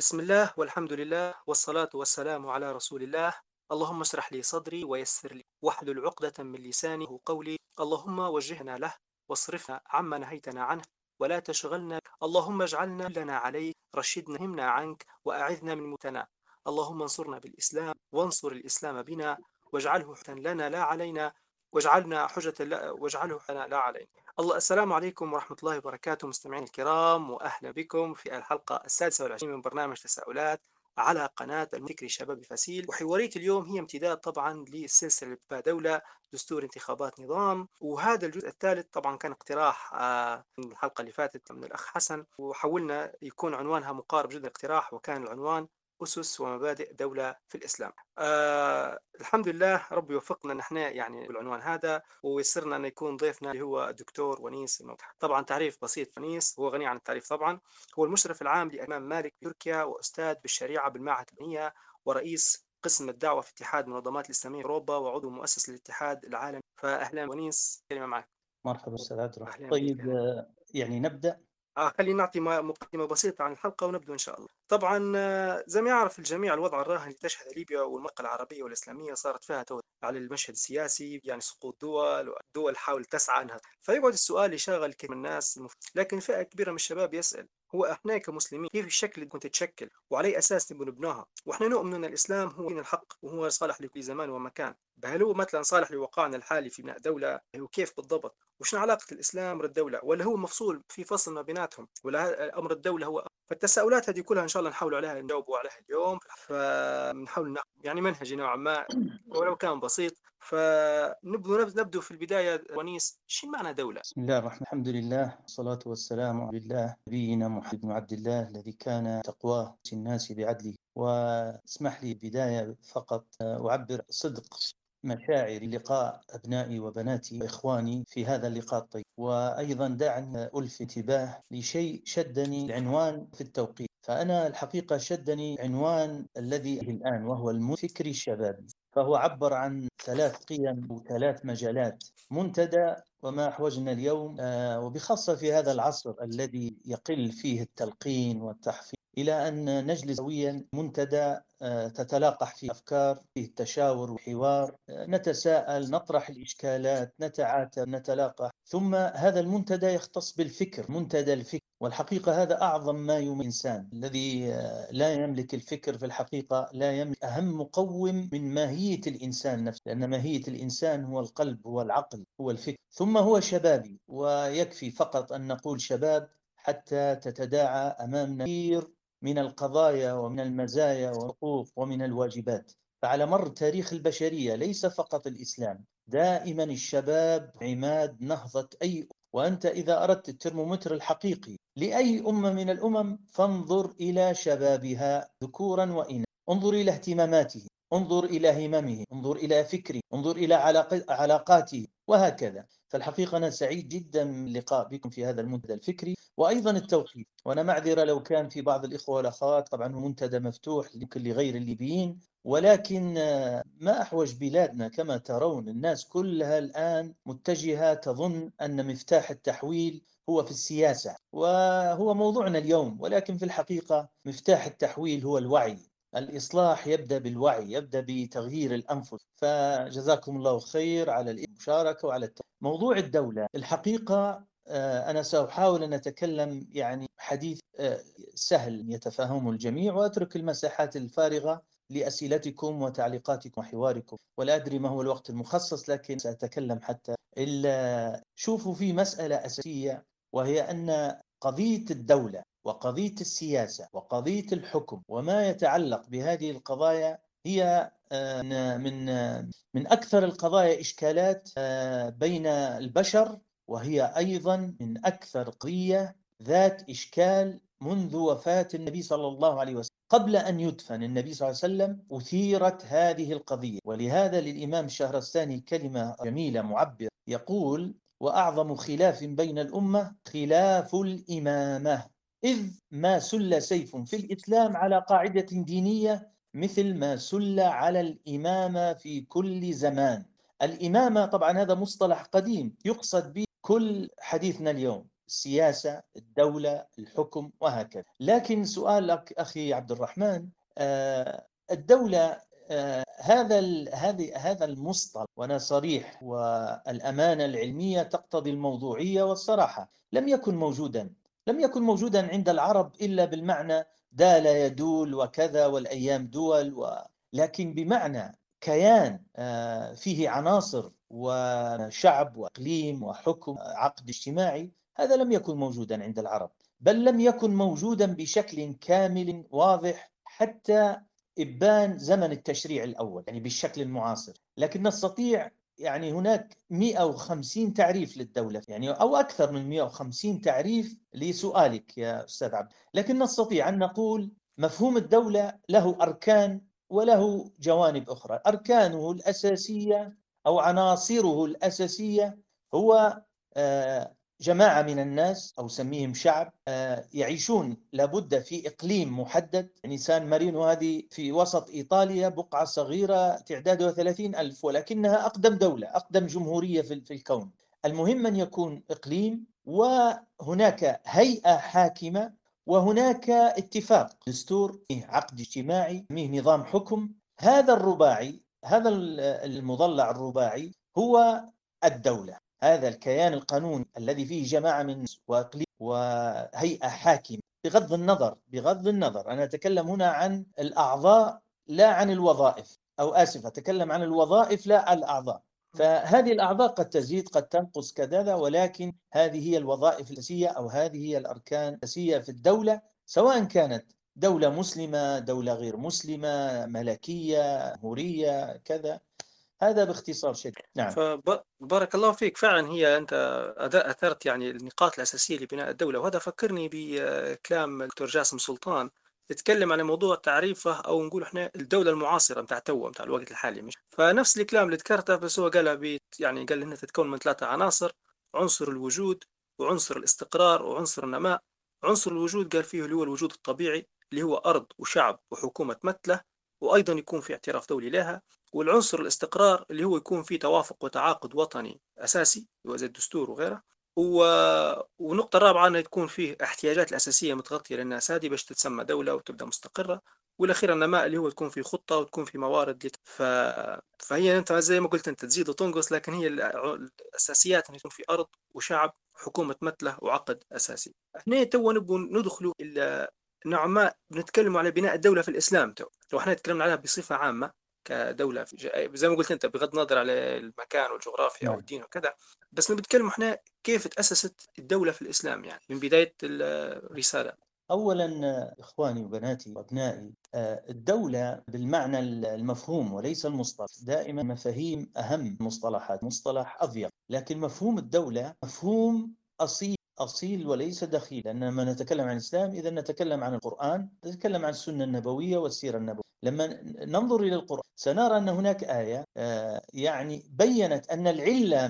بسم الله والحمد لله والصلاة والسلام على رسول الله. اللهم اشرح لي صدري ويسر لي واحلل عقدة من لساني قولي. اللهم وجهنا له واصرفنا عما نهيتنا عنه ولا تشغلنا. اللهم اجعلنا لنا عليك، رشدنا همنا عنك وأعذنا من متنا. اللهم انصرنا بالإسلام وانصر الإسلام بنا، واجعله حجة لنا لا علينا، واجعله لنا لا علينا. السلام عليكم ورحمة الله وبركاته مستمعين الكرام، وأهلا بكم في الحلقة السادسة والعشرين من برنامج تساؤلات على قناة الفكري شباب فسيل. وحوارية اليوم هي امتداد طبعا للسلسلة دولة دستور انتخابات نظام، وهذا الجزء الثالث طبعا كان اقتراح من الحلقة اللي فاتت من الأخ حسن، وحاولنا يكون عنوانها مقارب جدا الاقتراح، وكان العنوان أسس ومبادئ دولة في الإسلام. الحمد لله رب يوفقنا نحن يعني بالعنوان هذا، ويسرنا أن يكون ضيفنا اللي هو الدكتور ونيس الموضح. طبعا تعريف بسيط، ونيس هو غني عن التعريف طبعا. هو المشرف العام لإمام مالك في تركيا، وأستاذ بالشريعة بالمعهد الأمنية، ورئيس قسم الدعوة في اتحاد المنظمات الإسلامية في أوروبا، وعضو مؤسس للاتحاد العالمي. فأهلا ونيس، كلمة معك. مرحبا أستاذ عبد الرحمن. أهلا بك، طيب، أهلا. يعني نبدأ. خلينا نعطي مقدمة بسيطة عن الحلقة ونبدأ إن شاء الله. طبعا زي ما يعرف الجميع، الوضع الراهن اللي تشهد ليبيا والمنطقة العربية والإسلامية صارت فيها على المشهد السياسي، يعني سقوط دول، ودول حاول تسعى أنها، فيقعد السؤال يشغل كثير من الناس لكن فئة كبيرة من الشباب يسأل: هو احنا كمسلمين كيف الشكل اللي كنت تشكل، وعلى اساس نبغى نبناها؟ واحنا نؤمن ان الاسلام هو دين الحق، وهو صالح لكل زمان ومكان. هل هو مثلا صالح لواقعنا الحالي في بناء دوله؟ وكيف بالضبط؟ وشنو علاقة الإسلام بالدولة؟ ولا هو مفصول في فصل ما بيناتهم؟ ولا أمر الدولة هو؟ فالتساؤلات هذه كلها إن شاء الله نحاول عليها نجاوبوا عليها اليوم، فنحاول يعني منهجي نوعا ما ولو كان بسيط. نبدو في البداية ونيس، شو معنى دولة؟ بسم الله الرحمن الرحيم. الحمد لله والصلاة والسلام على الله نبينا محمد بن عبد الله الذي كان تقواه الناس بعدله. واسمح لي بداية فقط أعبر صدق مشاعري لقاء أبنائي وبناتي وإخواني في هذا اللقاء الطيب. وأيضا دعني ألفت انتباه لشيء شدني العنوان في التوقيت. فأنا الحقيقة شدني عنوان الذي الآن، وهو الفكر الشبابي. فهو عبر عن ثلاث قيم وثلاث مجالات: منتدى، وما أحوجنا اليوم وبخاصة في هذا العصر الذي يقل فيه التلقين والتحفيظ، إلى أن نجلس سويا منتدى تتلاقح فيه أفكار، فيه التشاور والحوار، نتساءل، نطرح الإشكالات، نتعاتب، نتلاقح. ثم هذا المنتدى يختص بالفكر، منتدى الفكر. والحقيقة هذا أعظم ما يمكن الإنسان الذي لا يملك الفكر. في الحقيقة لا يملك أهم مقوم من ماهية الإنسان نفسه، لأن ماهية الإنسان هو القلب، هو العقل، هو الفكر. ثم هو شبابي، ويكفي فقط أن نقول شباب حتى تتداعى أمامنا كثير من القضايا ومن المزايا والحقوق ومن الواجبات. فعلى مر تاريخ البشرية، ليس فقط الإسلام، دائما الشباب عماد نهضة أي. وأنت إذا أردت الترمومتر الحقيقي لأي أمة من الأمم، فانظر إلى شبابها ذكورا وإناثا، انظر إلى اهتماماته، انظر إلى هممه، انظر إلى فكره، انظر إلى علاقاته، وهكذا. فالحقيقة أنا سعيد جدا من اللقاء بكم في هذا المنتدى الفكري، وأيضا التوقيت. وأنا معذرة لو كان في بعض الإخوة والأخوات، طبعا هو منتدى مفتوح لكل غير الليبيين، ولكن ما أحوج بلادنا كما ترون، الناس كلها الآن متجهة تظن أن مفتاح التحويل هو في السياسة، وهو موضوعنا اليوم. ولكن في الحقيقة مفتاح التحويل هو الوعي. الإصلاح يبدأ بالوعي، يبدأ بتغيير الأنفس. فجزاكم الله خير على المشاركة وعلى موضوع الدولة. الحقيقة أنا سأحاول أن أتكلم يعني حديث سهل يتفهمه الجميع، وأترك المساحات الفارغة لأسئلتكم وتعليقاتكم وحواركم. ولا أدري ما هو الوقت المخصص، لكن سأتكلم حتى إلا. شوفوا، في مسألة أساسية، وهي أن قضية الدولة وقضية السياسة وقضية الحكم وما يتعلق بهذه القضايا هي من أكثر القضايا إشكالات بين البشر، وهي أيضا من أكثر قضية ذات إشكال منذ وفاة النبي صلى الله عليه وسلم. قبل أن يدفن النبي صلى الله عليه وسلم أثيرت هذه القضية. ولهذا للإمام الشهرستاني كلمة جميلة معبر، يقول: وأعظم خلاف بين الأمة خلاف الإمامة، إذ ما سل سيف في الإسلام على قاعدة دينية مثل ما سل على الإمامة في كل زمان. الإمامة طبعا هذا مصطلح قديم يقصد به كل حديثنا اليوم، السياسة، الدولة، الحكم، وهكذا. لكن سؤالك أخي عبد الرحمن، الدولة، هذا المصطلح، وأنا صريح، والأمانة العلمية تقتضي الموضوعية والصراحة، لم يكن موجودا عند العرب إلا بالمعنى دال يدول وكذا والأيام دول، لكن بمعنى كيان فيه عناصر وشعب وإقليم وحكم عقد اجتماعي، هذا لم يكن موجودا عند العرب، بل لم يكن موجودا بشكل كامل واضح حتى إبان زمن التشريع الأول، يعني بالشكل المعاصر. لكن نستطيع، يعني هناك 150 تعريف للدولة، يعني أو أكثر من 150 تعريف لسؤالك يا أستاذ عبد. لكن نستطيع أن نقول مفهوم الدولة له أركان وله جوانب أخرى. أركانه الأساسية أو عناصره الأساسية هو جماعة من الناس، أو سميهم شعب، يعيشون لابد في إقليم محدد. يعني سان مارينو هذه في وسط إيطاليا، بقعة صغيرة تعدادها 30,000، ولكنها أقدم دولة، أقدم جمهورية في الكون. المهم أن يكون إقليم، وهناك هيئة حاكمة، وهناك اتفاق، دستور، عقد اجتماعي، نظام حكم. هذا الرباعي، هذا المضلع الرباعي هو الدولة. هذا الكيان القانوني الذي فيه جماعة من وإقليم وهيئة حاكمة. بغض النظر أنا أتكلم هنا عن الأعضاء لا عن الوظائف، أو آسف، أتكلم عن الوظائف لا الأعضاء. فهذه الأعضاء قد تزيد قد تنقص كذا، ولكن هذه هي الوظائف الأساسية، أو هذه هي الأركان الأساسية في الدولة، سواء كانت دولة مسلمة، دولة غير مسلمة، ملكية، جمهورية، كذا. هذا باختصار شديد. نعم. فبارك الله فيك. فعلا هي أنت أثرت يعني النقاط الأساسية لبناء الدولة، وهذا فكرني بكلام دكتور جاسم سلطان يتكلم عن موضوع تعريفه، أو نقول إحنا الدولة المعاصرة متاع توا متاع الوقت الحالي. مش فنفس الكلام اللي ذكرته، بس هو قالها يعني قال إنها تتكون من 3 عناصر: عنصر الوجود، وعنصر الاستقرار، وعنصر النماء. عنصر الوجود قال فيه اللي هو الوجود الطبيعي، اللي هو أرض وشعب وحكومة تمثله، وأيضا يكون في اعتراف دولي لها. والعنصر الاستقرار اللي هو يكون فيه توافق وتعاقد وطني أساسي زي الدستور وغيره. و... ونقطة رابعة أنه تكون فيه احتياجات الأساسية متغطية للناس هذه باش تتسمى دولة وتبدأ مستقرة. والأخير النماء، اللي هو تكون فيه خطة وتكون فيه موارد فهي أنت زي ما قلت، أنت تزيد وتنقص، لكن هي الأساسيات أن يكون في أرض وشعب، حكومة متله، وعقد أساسي. احنا تو نبغى ندخلوا نوعا ما بنتكلم على بناء الدولة في الإسلام. لو احنا تكلمنا عليها بصفة عامة كدولة، زي ما قلت أنت، بغض النظر على المكان والجغرافيا أو نعم. الدين وكذا، بس نتكلم احنا كيف تأسست الدولة في الإسلام، يعني من بداية الرسالة. أولا إخواني وبناتي وأبنائي، الدولة بالمعنى المفهوم وليس المصطلح. دائما مفاهيم أهم مصطلحات، مصطلح أضيق. لكن مفهوم الدولة مفهوم أصيل وليس دخيل. لأنما نتكلم عن الإسلام إذا نتكلم عن القرآن، نتكلم عن السنة النبوية والسيرة النبوية. لما ننظر إلى القرآن سنرى أن هناك آية يعني بيّنت أن العلة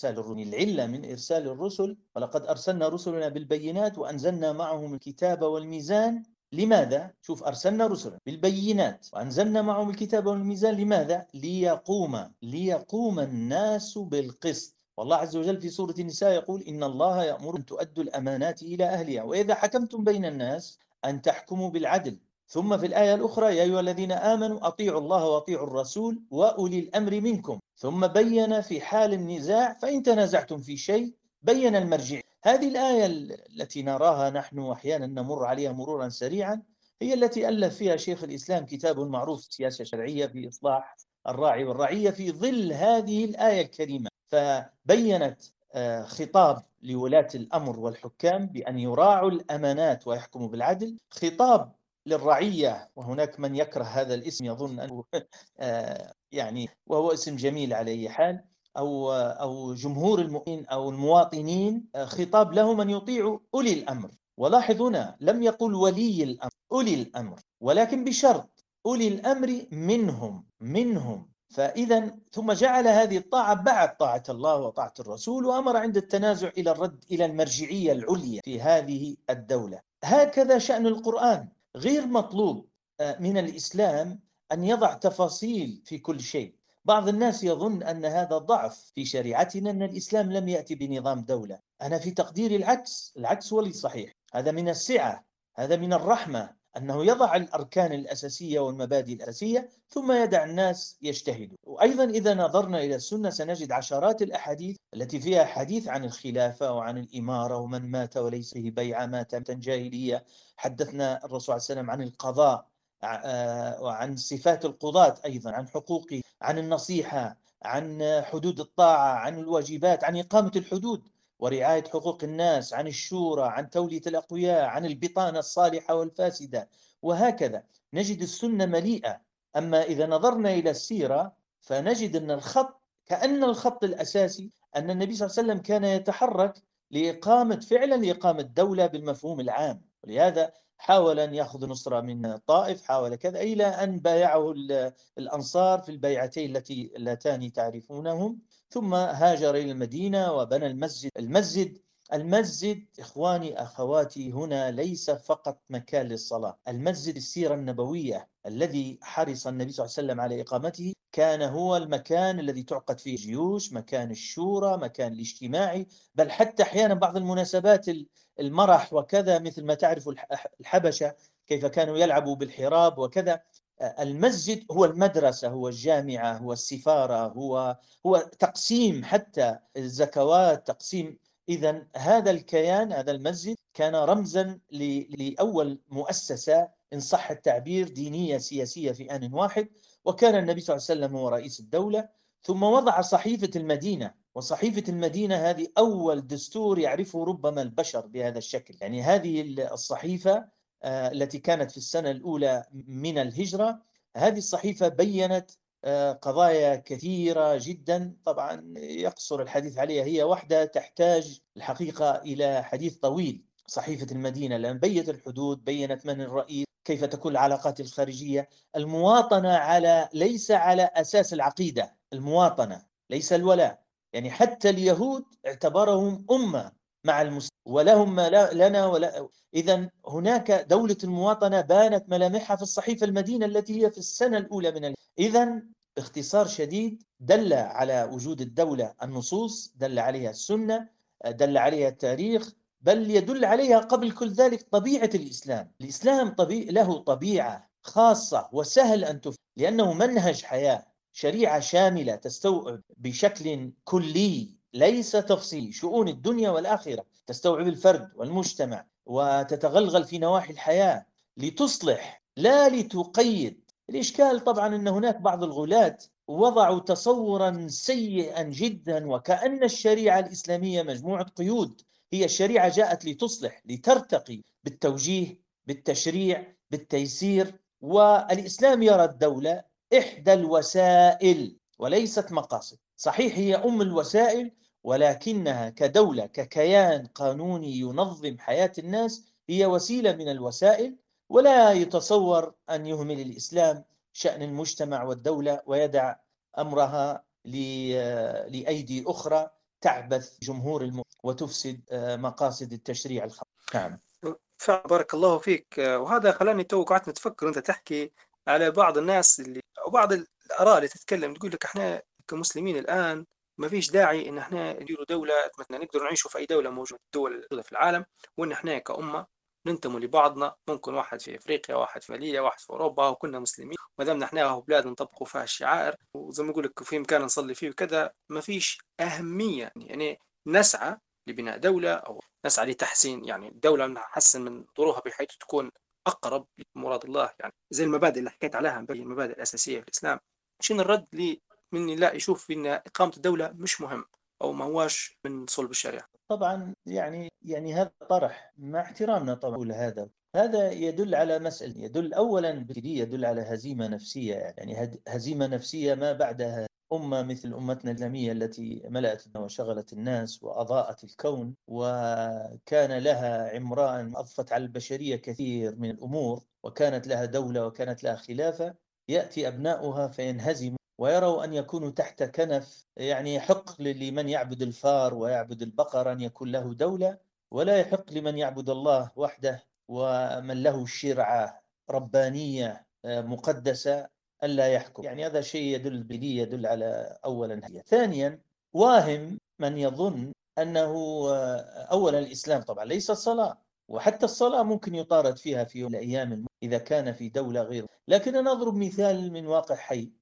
من إرسال الرسل، ولقد أرسلنا رسلنا بالبينات وأنزلنا معهم الكتاب والميزان. لماذا؟ شوف، أرسلنا رسلا بالبينات وأنزلنا معهم الكتاب والميزان. لماذا؟ ليقوم الناس بالقسط. والله عز وجل في سورة النساء يقول: إن الله يأمر أن تؤدوا الأمانات إلى أهلها وإذا حكمتم بين الناس أن تحكموا بالعدل. ثم في الآية الأخرى: يا أيها الذين آمنوا أطيعوا الله وأطيعوا الرسول وأولي الأمر منكم. ثم بين في حال النزاع: فإن تنازعتم في شيء بين المرجع. هذه الآية التي نراها نحن أحيانا نمر عليها مرورا سريعا هي التي ألف فيها شيخ الإسلام كتاب معروف، سياسة شرعية في إصلاح الراعي والرعية، في ظل هذه الآية الكريمة. فبينت خطاب لولاة الأمر والحكام بأن يراعوا الأمانات ويحكموا بالعدل، خطاب للرعية، وهناك من يكره هذا الاسم يظن أنه يعني وهو اسم جميل على أي حال، أو جمهور المؤمنين أو المواطنين، خطاب لهم أن يطيعوا أولي الأمر. ولاحظ هنا لم يقل ولي الأمر، أولي الأمر، ولكن بشرط أولي الأمر منهم. فإذا ثم جعل هذه الطاعة بعد طاعة الله وطاعة الرسول، وأمر عند التنازع إلى الرد إلى المرجعية العليا في هذه الدولة. هكذا شأن القرآن. غير مطلوب من الإسلام أن يضع تفاصيل في كل شيء، بعض الناس يظن أن هذا ضعف في شريعتنا، أن الإسلام لم يأتي بنظام دولة. أنا في تقديري العكس هو الصحيح. هذا من السعة، هذا من الرحمة، أنه يضع الأركان الأساسية والمبادئ الأساسية ثم يدع الناس يجتهدوا. وأيضا إذا نظرنا إلى السنة سنجد عشرات الأحاديث التي فيها حديث عن الخلافة وعن الإمارة، ومن مات وليس به بيعة مات موتا جاهلية. حدثنا الرسول صلى الله عليه وسلم عن القضاء، وعن صفات القضاة، أيضا عن حقوقه، عن النصيحة، عن حدود الطاعة، عن الواجبات، عن إقامة الحدود ورعاية حقوق الناس، عن الشورى، عن تولية الأقوياء، عن البطانة الصالحة والفاسدة، وهكذا. نجد السنة مليئة. أما إذا نظرنا إلى السيرة فنجد أن كأن الخط الأساسي أن النبي صلى الله عليه وسلم كان يتحرك لإقامة دولة بالمفهوم العام. ولهذا حاول أن يأخذ نصرة من طائف، حاول كذا، إلى أن بايعه الأنصار في البيعتين اللتان تعرفونهم، ثم هاجر إلى المدينة وبنى المسجد. إخواني أخواتي، هنا ليس فقط مكان للصلاة. المسجد السيرة النبوية الذي حرص النبي صلى الله عليه وسلم على إقامته كان هو المكان الذي تعقد فيه الجيوش، مكان الشورى، مكان الاجتماعي، بل حتى أحيانا بعض المناسبات المرح وكذا، مثل ما تعرف الحبشة كيف كانوا يلعبوا بالحراب وكذا. المسجد هو المدرسة، هو الجامعة، هو السفارة، هو تقسيم حتى الزكوات، تقسيم. إذا هذا الكيان، هذا المسجد كان رمزا لأول مؤسسة إن صح التعبير دينية سياسية في آن واحد. وكان النبي صلى الله عليه وسلم هو رئيس الدولة. ثم وضع صحيفة المدينة، وصحيفة المدينة هذه أول دستور يعرفه ربما البشر بهذا الشكل. يعني هذه الصحيفة التي كانت في السنة الأولى من الهجرة، هذه الصحيفة بيّنت قضايا كثيرة جدا، طبعا يقصر الحديث عليها، هي وحدة تحتاج الحقيقة إلى حديث طويل. صحيفة المدينة لأن بيّنت الحدود، بيّنت من الرئيس، كيف تكون العلاقات الخارجية، المواطنة ليس على أساس العقيدة، المواطنة ليس الولاء. يعني حتى اليهود اعتبرهم أمة مع المسلمين ولهم ما لنا ولا. إذا هناك دولة المواطنة بانت ملامحها في الصحيفة المدينة التي هي في السنة الأولى من إذا باختصار شديد دل على وجود الدولة النصوص، دل عليها السنة، دل عليها التاريخ، بل يدل عليها قبل كل ذلك طبيعة الإسلام. الإسلام له طبيعة خاصة وسهل أن تفهم، لأنه منهج حياة، شريعة شاملة تستوعب بشكل كلي ليس تفصيلي شؤون الدنيا والآخرة، تستوعب الفرد والمجتمع وتتغلغل في نواحي الحياة لتصلح لا لتقيد. الإشكال طبعا أن هناك بعض الغلاة وضعوا تصورا سيئا جدا، وكأن الشريعة الإسلامية مجموعة قيود. هي الشريعة جاءت لتصلح، لترتقي بالتوجيه، بالتشريع، بالتيسير. والإسلام يرى الدولة إحدى الوسائل وليست مقاصد. صحيح هي أم الوسائل، ولكنها كدولة، ككيان قانوني ينظم حياة الناس، هي وسيلة من الوسائل. ولا يتصور أن يهمل الإسلام شأن المجتمع والدولة ويدع أمرها لأيدي أخرى تعبث جمهور وتفسد مقاصد التشريع الخاص. نعم. فعلا بارك الله فيك. وهذا خلاني تو قعدت نتفكر وانت تحكي على بعض الناس اللي او بعض الاراء اللي تتكلم تقول لك احنا كمسلمين الان ما فيش داعي ان احنا نديروا دوله، مثلا نقدر نعيشوا في اي دوله موجوده الدول الموجوده في العالم، وان احنا كأمة ننتموا لبعضنا، ممكن واحد في افريقيا، واحد في ماليزيا، واحد في اوروبا، وكنا مسلمين ما دامنا احنا بلاد نطبقوا فيها الشعائر وزي ما يقول لك في مكان نصلي فيه وكذا، ما فيش اهميه يعني نسعى لبناء دولة أو نسعى لتحسين يعني الدولة نحسن من ظروفها بحيث تكون أقرب لمراد الله، يعني زي المبادئ اللي حكيت عليها، المبادئ الأساسية في الإسلام. شنو الرد لي من لا يشوف إن إقامة الدولة مش مهم أو ما هواش من صلب الشريعة؟ طبعا يعني هذا طرح، مع احترامنا طبعا، هذا يدل على مسألة، يدل أولا يدل على هزيمة نفسية، يعني هزيمة نفسية ما بعدها. أمة مثل أمتنا الإسلامية التي ملأت وشغلت الناس وأضاءت الكون وكان لها عمران، أضفت على البشرية كثير من الأمور، وكانت لها دولة وكانت لها خلافة، يأتي أبناؤها فينهزموا ويروا أن يكونوا تحت كنف. يعني يحق لمن يعبد الفار ويعبد البقر أن يكون له دولة، ولا يحق لمن يعبد الله وحده ومن له شرعة ربانية مقدسة ألا يحكم. يعني هذا شيء يدل على أولا هي. ثانيا، واهم من يظن أنه أولا الإسلام طبعا ليس الصلاة، وحتى الصلاة ممكن يطارد فيها في يوم من الأيام إذا كان في دولة غير. لكن أنا أضرب مثال من واقع حي.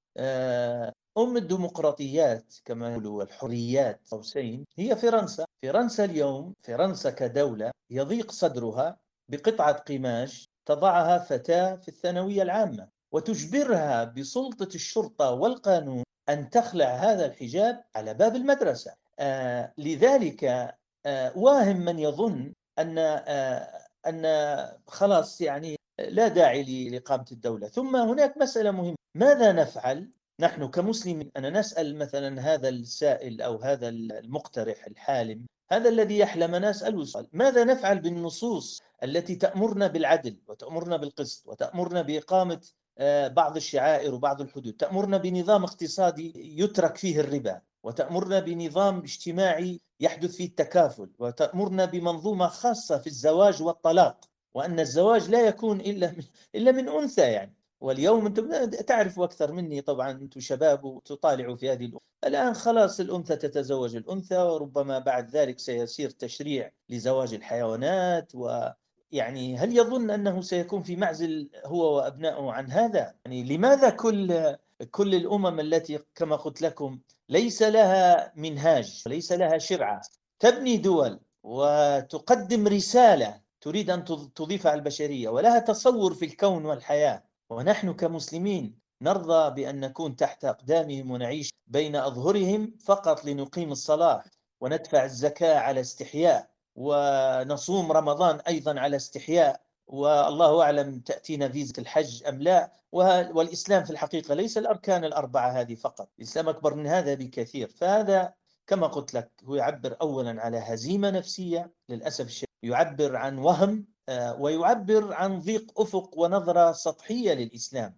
الديمقراطيات كما يقولوا الحريات قوسين هي فرنسا. فرنسا اليوم، فرنسا كدولة يضيق صدرها بقطعة قماش تضعها فتاة في الثانوية العامة وتجبرها بسلطة الشرطة والقانون أن تخلع هذا الحجاب على باب المدرسة. لذلك واهم من يظن أن خلاص يعني لا داعي لإقامة الدولة. ثم هناك مسألة مهمة، ماذا نفعل نحن كمسلمين؟ أنا نسأل مثلا هذا السائل أو هذا المقترح الحالم، هذا الذي يحلم، أنا أسأله سؤال: ماذا نفعل بالنصوص التي تأمرنا بالعدل وتأمرنا بالقسط وتأمرنا بإقامة بعض الشعائر وبعض الحدود، تأمرنا بنظام اقتصادي يترك فيه الربا، وتأمرنا بنظام اجتماعي يحدث فيه التكافل، وتأمرنا بمنظومة خاصة في الزواج والطلاق، وأن الزواج لا يكون إلا من أنثى يعني. واليوم أنتم تعرفوا أكثر مني طبعا، أنتم شباب وتطالعوا في هذه الأمور. الآن خلاص الأنثى تتزوج الأنثى، وربما بعد ذلك سيصير تشريع لزواج الحيوانات. ويعني هل يظن أنه سيكون في معزل هو وأبنائه عن هذا؟ يعني لماذا كل الأمم التي كما قلت لكم ليس لها منهاج وليس لها شرعة تبني دول وتقدم رسالة تريد أن تضيف على البشرية ولها تصور في الكون والحياة، ونحن كمسلمين نرضى بأن نكون تحت أقدامهم ونعيش بين أظهرهم فقط لنقيم الصلاة وندفع الزكاة على استحياء ونصوم رمضان أيضا على استحياء، والله أعلم تأتينا فيزة الحج أم لا. والإسلام في الحقيقة ليس الأركان الأربعة هذه فقط، الإسلام أكبر من هذا بكثير. فهذا كما قلت لك هو يعبر أولا على هزيمة نفسية للأسف الشديد، يعبر عن وهم، ويعبر عن ضيق أفق ونظرة سطحية للإسلام.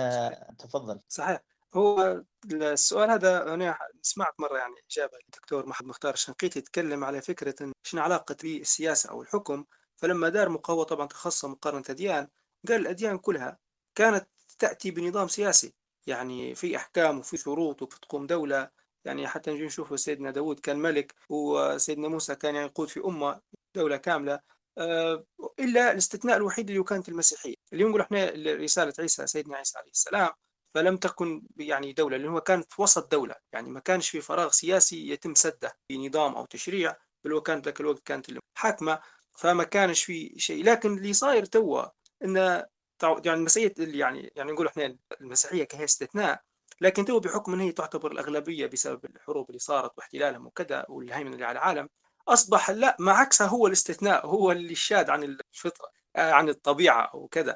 تفضل. صحيح. هو السؤال هذا أنا سمعت مرة يعني إجابة الدكتور محمد مختار الشنقيطي يتكلم على فكرة إن شنو علاقة بالسياسة أو الحكم. فلما دار مقاومة طبعا تخصص مقارنة أديان، قال الأديان كلها كانت تأتي بنظام سياسي، يعني في أحكام وفي شروط وفي تقوم دولة. يعني حتى نجي نشوف سيدنا داود كان ملك، وسيدنا موسى كان يعني يقود في أمة دولة كاملة. إلا الاستثناء الوحيد اللي كانت المسيحية، اللي نقول احنا رسالة عيسى سيدنا عيسى عليه السلام. فلم تكن يعني دولة، لأنه هو كانت في وسط دولة، يعني ما كانش في فراغ سياسي يتم سده بنظام أو تشريع، بل هو كانت ذاك الوقت كانت الحاكمة. فما كانش في شيء. لكن اللي صاير توا إن يعني المسيحية يعني نقول احنا المسيحية كهي استثناء، لكن تو بحكم ان هي تعتبر الاغلبيه بسبب الحروب اللي صارت واحتلالهم وكذا والهيمنه اللي على العالم، اصبح لا، ما عكسها هو الاستثناء، هو اللي الشاذ عن الفطره، عن الطبيعه وكذا.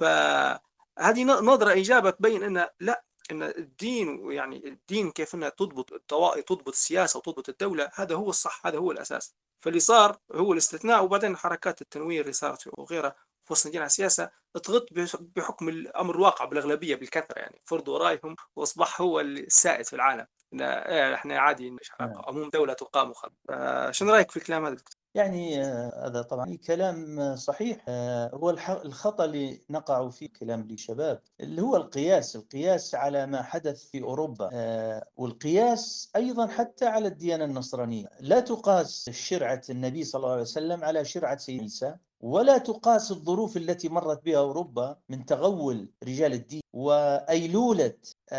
فهذه نظره اجابه تبين ان لا، ان الدين، يعني الدين كيف انها تضبط الطوائف، تضبط السياسه وتضبط الدوله، هذا هو الصح، هذا هو الاساس. فاللي صار هو الاستثناء، وبعدين حركات التنوير اللي صارت وغيرها في وسط على السياسه تغط بحكم الامر الواقع بالاغلبيه بالكثره، يعني فرضوا رايهم واصبح هو السائد في العالم. احنا عادي مش نعم. عموم دوله تقام وخلاص. شنو رايك في الكلام هذا دكتور؟ يعني هذا طبعا كلام صحيح. هو الخطأ اللي نقع فيه كلام لشباب اللي هو القياس على ما حدث في أوروبا، والقياس أيضا حتى على الديانة النصرانية. لا تقاس شرعة النبي صلى الله عليه وسلم على شرعة سيدنا عيسى، ولا تقاس الظروف التي مرت بها أوروبا من تغول رجال الدين وأيلولة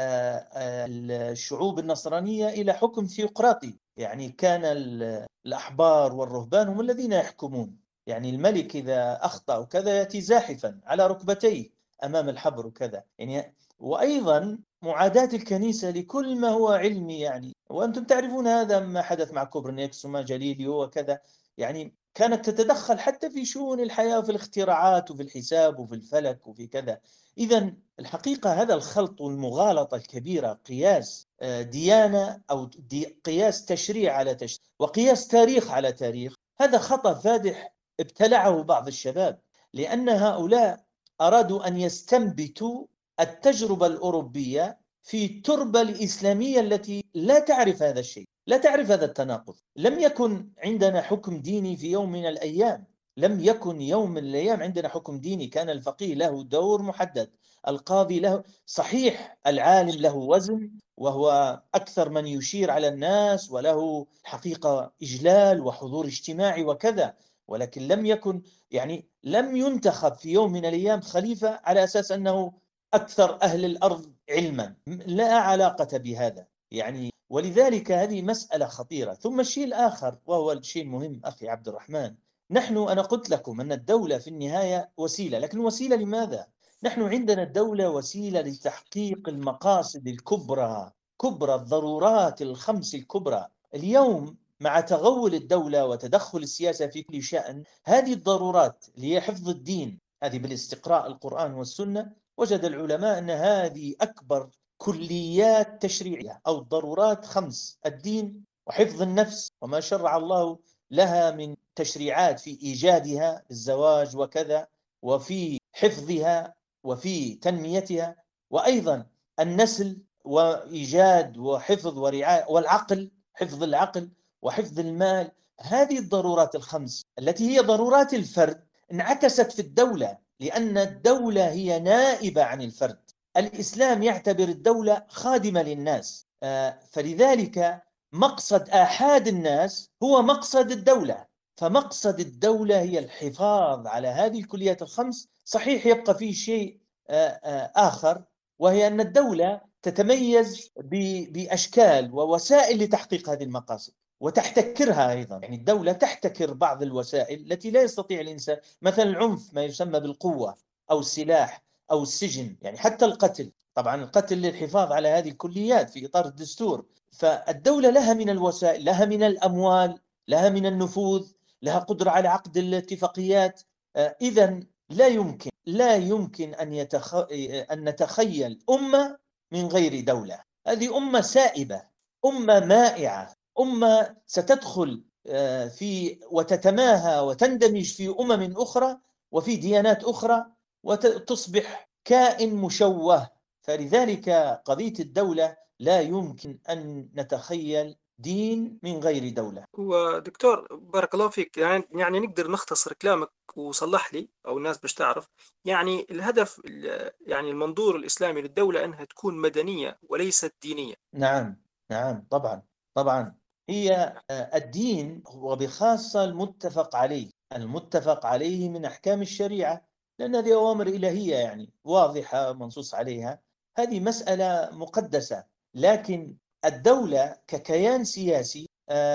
الشعوب النصرانية إلى حكم ثيوقراطي. يعني كان الأحبار والرهبان هم الذين يحكمون، يعني الملك إذا أخطأ وكذا يأتي زاحفا على ركبتيه أمام الحبر وكذا يعني. وأيضا معاداة الكنيسة لكل ما هو علمي، يعني وأنتم تعرفون هذا ما حدث مع كوبرنيكس وما جاليليو وكذا، يعني كانت تتدخل حتى في شؤون الحياة وفي الاختراعات وفي الحساب وفي الفلك وفي كذا. إذن الحقيقة هذا الخلط والمغالطة الكبيرة، قياس ديانة أو قياس تشريع على تشريع وقياس تاريخ على تاريخ، هذا خطأ فادح ابتلعه بعض الشباب، لأن هؤلاء أرادوا أن يستنبتوا التجربة الأوروبية في التربة الإسلامية التي لا تعرف هذا الشيء، لا تعرف هذا التناقض. لم يكن عندنا حكم ديني في يوم من الأيام، لم يكن يوم من الأيام عندنا حكم ديني، كان الفقيه له دور محدد، القاضي له، صحيح العالم له وزن وهو أكثر من يشير على الناس وله حقيقة إجلال وحضور اجتماعي وكذا، ولكن لم يكن، يعني لم ينتخب في يوم من الأيام خليفة على أساس أنه أكثر أهل الأرض علما، لا علاقة بهذا يعني. ولذلك هذه مسألة خطيرة. ثم الشيء الآخر وهو الشيء المهم أخي عبد الرحمن، أنا قلت لكم أن الدولة في النهاية وسيلة، لكن وسيلة لماذا؟ نحن عندنا الدولة وسيلة لتحقيق المقاصد الكبرى، كبرى الضرورات الخمس الكبرى. اليوم مع تغول الدولة وتدخل السياسة في كل شأن، هذه الضرورات اللي هي حفظ الدين، هذه بالاستقراء القرآن والسنة، وجد العلماء أن هذه أكبر كليات تشريعية أو ضرورات خمس: الدين وحفظ النفس وما شرع الله لها من تشريعات في إيجادها الزواج وكذا، وفي حفظها وفي تنميتها، وأيضا النسل وإيجاد وحفظ ورعاية، والعقل، حفظ العقل وحفظ المال. هذه الضرورات الخمس التي هي ضرورات الفرد انعكست في الدولة، لأن الدولة هي نائبة عن الفرد. الإسلام يعتبر الدولة خادمة للناس، فلذلك مقصد آحاد الناس هو مقصد الدولة. فمقصد الدولة هي الحفاظ على هذه الكليات الخمس. صحيح يبقى فيه شيء آخر، وهي أن الدولة تتميز بأشكال ووسائل لتحقيق هذه المقاصد وتحتكرها أيضا. يعني الدولة تحتكر بعض الوسائل التي لا يستطيع الإنسان، مثلا العنف، ما يسمى بالقوة أو السلاح أو السجن، يعني حتى القتل. طبعا القتل للحفاظ على هذه الكليات في إطار الدستور. فالدولة لها من الوسائل، لها من الأموال، لها من النفوذ، لها قدرة على عقد الاتفاقيات. إذن لا يمكن أن نتخيل أمة من غير دولة. هذه أمة سائبة، أمة مائعة، أمة ستدخل في وتتماهى وتندمج في أمم أخرى وفي ديانات أخرى وتصبح كائن مشوه. فلذلك قضية الدولة لا يمكن أن نتخيل دين من غير دولة. ودكتور بارك الله فيك، يعني نقدر نختصر كلامك وصلح لي أو الناس باش تعرف، يعني الهدف يعني المنظور الإسلامي للدولة أنها تكون مدنية وليست دينية. نعم، نعم، طبعا، طبعا. هي الدين وبخاصة المتفق عليه من أحكام الشريعة، لأن هذه أوامر إلهية يعني واضحة منصوص عليها، هذه مسألة مقدسة. لكن الدولة ككيان سياسي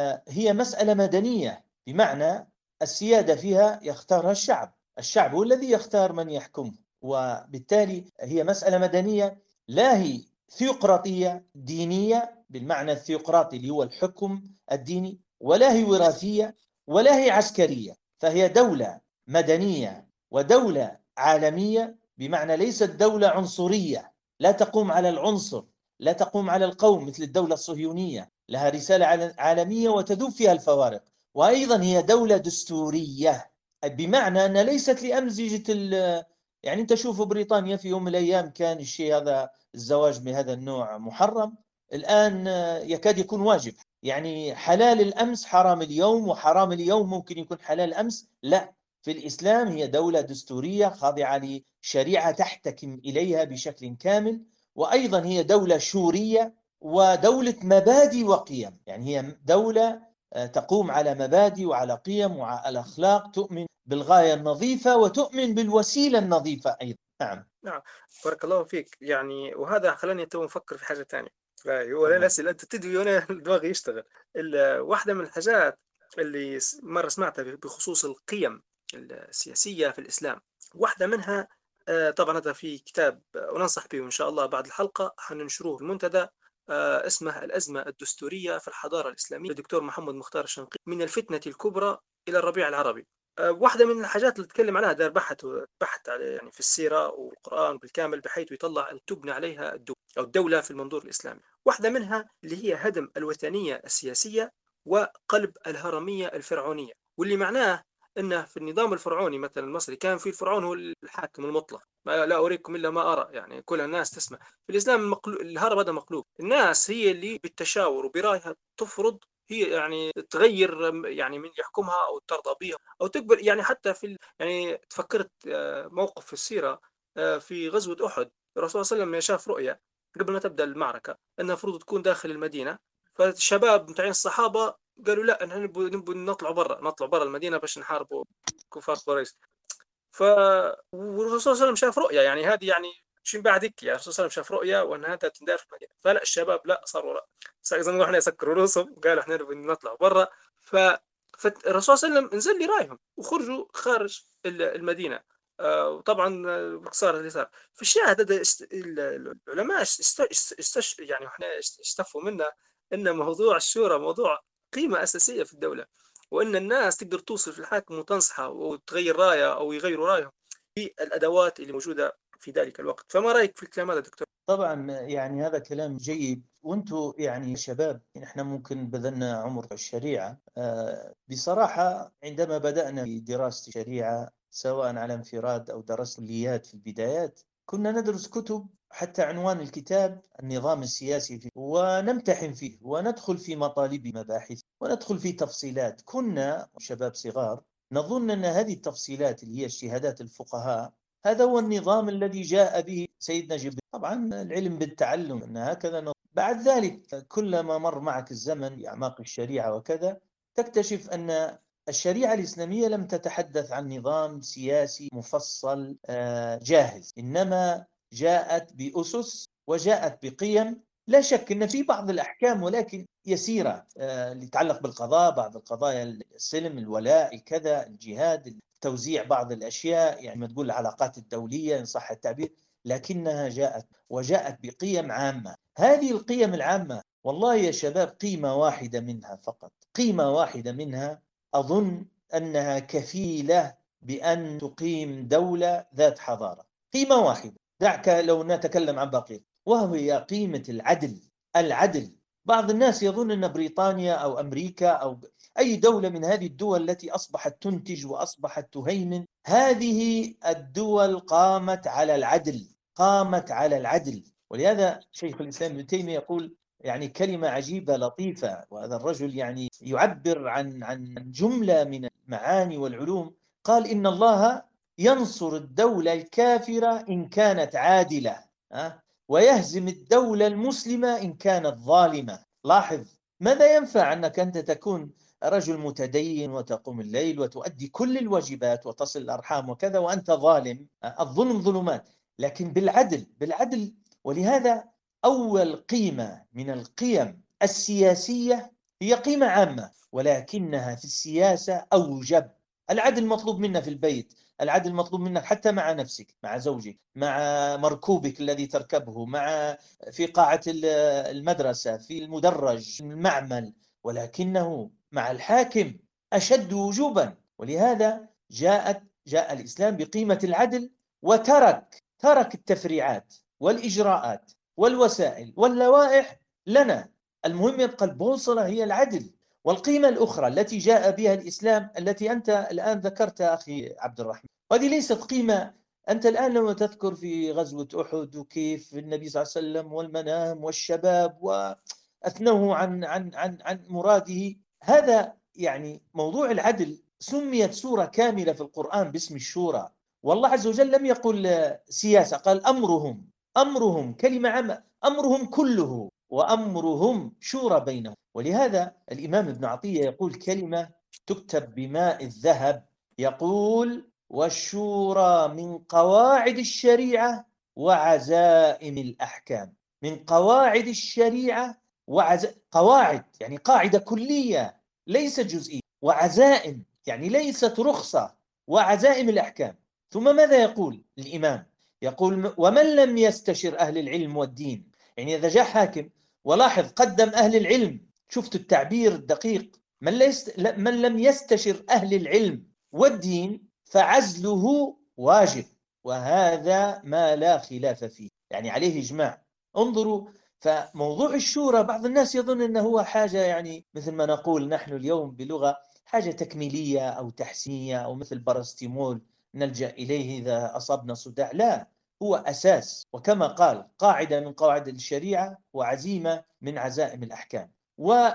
هي مسألة مدنية، بمعنى السيادة فيها يختارها الشعب، الشعب هو الذي يختار من يحكمه، وبالتالي هي مسألة مدنية، لا هي ثيوقراطية دينية بالمعنى الثيوقراطي اللي هو الحكم الديني، ولا هي وراثية، ولا هي عسكرية. فهي دولة مدنية ودولة عالمية، بمعنى ليست دولة عنصرية، لا تقوم على العنصر، لا تقوم على القوم مثل الدولة الصهيونية، لها رسالة عالمية وتذوب فيها الفوارق. وأيضا هي دولة دستورية، بمعنى أنها ليست لأمزجة يعني أنت شوف بريطانيا في يوم من الأيام كان الشيء هذا، الزواج بهذا النوع محرم، الآن يكاد يكون واجب. يعني حلال الأمس حرام اليوم، وحرام اليوم ممكن يكون حلال الأمس. لا، في الإسلام هي دولة دستورية خاضعة لشريعة تحتكم إليها بشكل كامل، وأيضا هي دولة شورية ودولة مبادئ وقيم. يعني هي دولة تقوم على مبادئ وعلى قيم وعلى أخلاق، تؤمن بالغاية النظيفة وتؤمن بالوسيلة النظيفة أيضا. نعم. نعم، بارك الله فيك. يعني وهذا خلاني تو نفكر في حاجة تانية. هو أنا تمام. الأسئلة أنت تدوي وأنا دماغي يشتغل. واحدة من الحاجات اللي مرة سمعتها بخصوص القيم السياسية في الإسلام، واحدة منها طبعا هذا في كتاب وننصح به إن شاء الله بعد الحلقة حننشروه في المنتدى، اسمه الأزمة الدستورية في الحضارة الإسلامية للدكتور محمد مختار الشنقيطي، من الفتنة الكبرى إلى الربيع العربي. واحدة من الحاجات اللي تكلم عليها دار بحث على يعني في السيرة والقرآن بالكامل، بحيث يطلع أن تبنى عليها الدولة أو الدولة في المنظور الإسلامي. واحدة منها اللي هي هدم الوثنية السياسية وقلب الهرمية الفرعونية، واللي معناه أنه في النظام الفرعوني مثلا المصري كان في الفرعون هو الحاكم المطلق، ما لا أريكم إلا ما أرى، يعني كل الناس تسمع. في الإسلام الهرم هذا مقلوب، الناس هي اللي بالتشاور وبرايها تفرض هي يعني تغيّر يعني من يحكمها أو ترضى بها أو تجبر، يعني حتى يعني تفكّرت موقف في السيرة في غزوة أحد. الرسول صلى الله عليه وسلم شاف رؤيا قبل ما تبدأ المعركة، أنها المفروض تكون داخل المدينة، فالشباب متاعين الصحابة قالوا لأ، نحن نبغوا نطلعوا برّا المدينة باش نحاربوا كفار قريش. ف والرسول صلى الله عليه وسلم شاف رؤيا، يعني هذه يعني مش من بعد هيك، يعني الرسول صلى الله عليه وسلم شاف رؤيا وأن هذا تندار في المدينة، فلأ الشباب لأ صاروا لأ، زي ما احنا يسكروا رؤوسهم وقالوا احنا نبي نطلع برا. ف فالرسول صلى الله عليه وسلم انزل لي رايهم وخرجوا خارج المدينة. وطبعا باختصار اللي صار في الشاهد هذا العلماء يعني احنا استفوا منا ان موضوع الشورى موضوع قيمة أساسية في الدولة، وان الناس تقدر توصل في الحاكم وتنصحه وتغير رايه او يغيروا رايهم بالادوات اللي موجوده في ذلك الوقت. فما رايك في الكلام هذا دكتور؟ طبعا يعني هذا كلام جيد. وانتم يعني شباب، احنا ممكن بذلنا عمر الشريعة. بصراحة عندما بدأنا في دراسة الشريعة سواء على انفراد أو درسنا كليات في البدايات، كنا ندرس كتب حتى عنوان الكتاب النظام السياسي فيه، ونمتحن فيه وندخل في مطالب مباحث وندخل في تفصيلات. كنا شباب صغار نظن أن هذه التفصيلات اللي هي اجتهادات الفقهاء هذا هو النظام الذي جاء به سيدنا جبريل. طبعا العلم بالتعلم أن هكذا نظام. بعد ذلك كلما مر معك الزمن في أعماق الشريعة وكذا تكتشف أن الشريعة الإسلامية لم تتحدث عن نظام سياسي مفصل جاهز، إنما جاءت بأسس وجاءت بقيم. لا شك أن في بعض الأحكام ولكن يسيرة اللي يتعلق بالقضاء، بعض القضايا السلم، الولاء، الكذا، الجهاد، توزيع بعض الأشياء، يعني ما تقول العلاقات الدولية إن صح التعبير، لكنها جاءت بقيم عامة. هذه القيم العامة والله يا شباب قيمة واحدة منها فقط، قيمة واحدة منها أظن أنها كفيلة بأن تقيم دولة ذات حضارة. قيمة واحدة، دعك لو نتكلم عن بقية، وهي قيمة العدل. العدل. بعض الناس يظن أن بريطانيا أو أمريكا أو أي دولة من هذه الدول التي أصبحت تنتج وأصبحت تهيمن، هذه الدول قامت على العدل، قامت على العدل. ولهذا شيخ الإسلام ابن تيمية يقول يعني كلمة عجيبة لطيفة، وهذا الرجل يعني يعبر عن جملة من المعاني والعلوم. قال إن الله ينصر الدولة الكافرة إن كانت عادلة، ويهزم الدولة المسلمة إن كانت ظالمة. لاحظ، ماذا ينفع أنك أنت تكون رجل متدين وتقوم الليل وتؤدي كل الواجبات وتصل الأرحام وكذا وأنت ظالم؟ الظلم ظلمات، لكن بالعدل، بالعدل. ولهذا أول قيمة من القيم السياسية هي قيمة عامة، ولكنها في السياسة أوجب. العدل مطلوب منا في البيت، العدل مطلوب منك حتى مع نفسك، مع زوجك، مع مركوبك الذي تركبه، مع في قاعة المدرسة، في المدرج، في المعمل، ولكنه مع الحاكم أشد وجوبا. ولهذا جاء الإسلام بقيمة العدل، ترك التفريعات والإجراءات والوسائل واللوائح لنا. المهم يبقى البوصلة هي العدل. والقيمة الأخرى التي جاء بها الإسلام التي أنت الآن ذكرتها أخي عبد الرحمن، وهذه ليست قيمة. أنت الآن لما تذكر في غزوة أحد وكيف النبي صلى الله عليه وسلم والمنام والشباب وأثنوه عن مراده، هذا يعني موضوع العدل. سميت سورة كاملة في القرآن باسم الشورى، والله عز وجل لم يقل سياسة، قال أمرهم كلمة عامة، أمرهم كله وأمرهم شورى بينهم. ولهذا الإمام ابن عطية يقول كلمة تكتب بماء الذهب، يقول والشورى من قواعد الشريعة وعزائم الأحكام. من قواعد الشريعة قواعد يعني قاعدة كلية ليست جزئية، وعزائم يعني ليست رخصة، وعزائم الأحكام. ثم ماذا يقول الإمام؟ يقول ومن لم يستشر أهل العلم والدين، يعني إذا جاء حاكم ولاحظ قدم أهل العلم، شفت التعبير الدقيق، من لم يستشر أهل العلم والدين فعزله واجب، وهذا ما لا خلاف فيه، يعني عليه إجماع. انظروا، فموضوع الشورى بعض الناس يظن أنه هو حاجة يعني مثل ما نقول نحن اليوم بلغة حاجة تكميلية أو تحسينية أو مثل باراستيمول نلجأ إليه إذا أصبنا صداع. لا، هو أساس، وكما قال قاعدة من قواعد الشريعة وعزيمة من عزائم الأحكام.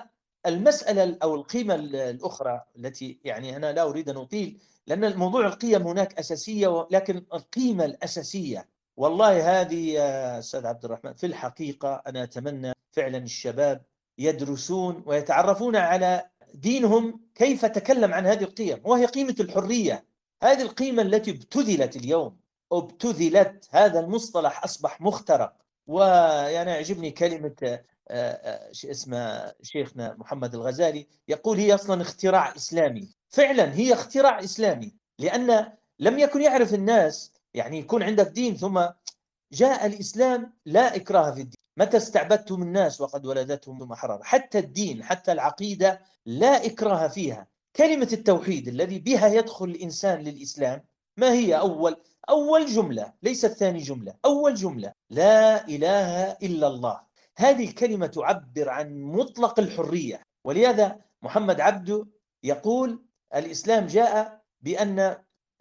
المسألة أو القيمة الأخرى التي يعني أنا لا أريد أن أطيل، لأن الموضوع القيم هناك أساسية، لكن القيمة الأساسية والله هذه يا أستاذ عبد الرحمن في الحقيقة أنا أتمنى فعلا الشباب يدرسون ويتعرفون على دينهم كيف تكلم عن هذه القيم، وهي قيمة الحرية. هذه القيمة التي ابتذلت اليوم، ابتذلت، هذا المصطلح أصبح مخترق. ويعني يعجبني كلمة اسمه شيخنا محمد الغزالي، يقول هي أصلا اختراع إسلامي. فعلا هي اختراع إسلامي، لأن لم يكن يعرف الناس، يعني يكون عندك دين ثم جاء الإسلام لا إكراه في الدين. متى استعبدتم الناس وقد ولدتهم أحرارا؟ حتى الدين، حتى العقيدة لا إكراه فيها. كلمة التوحيد الذي بها يدخل الإنسان للإسلام، ما هي أول جملة، ليست ثاني جملة، أول جملة لا إله إلا الله. هذه الكلمة تعبر عن مطلق الحرية. ولهذا محمد عبده يقول الإسلام جاء بأن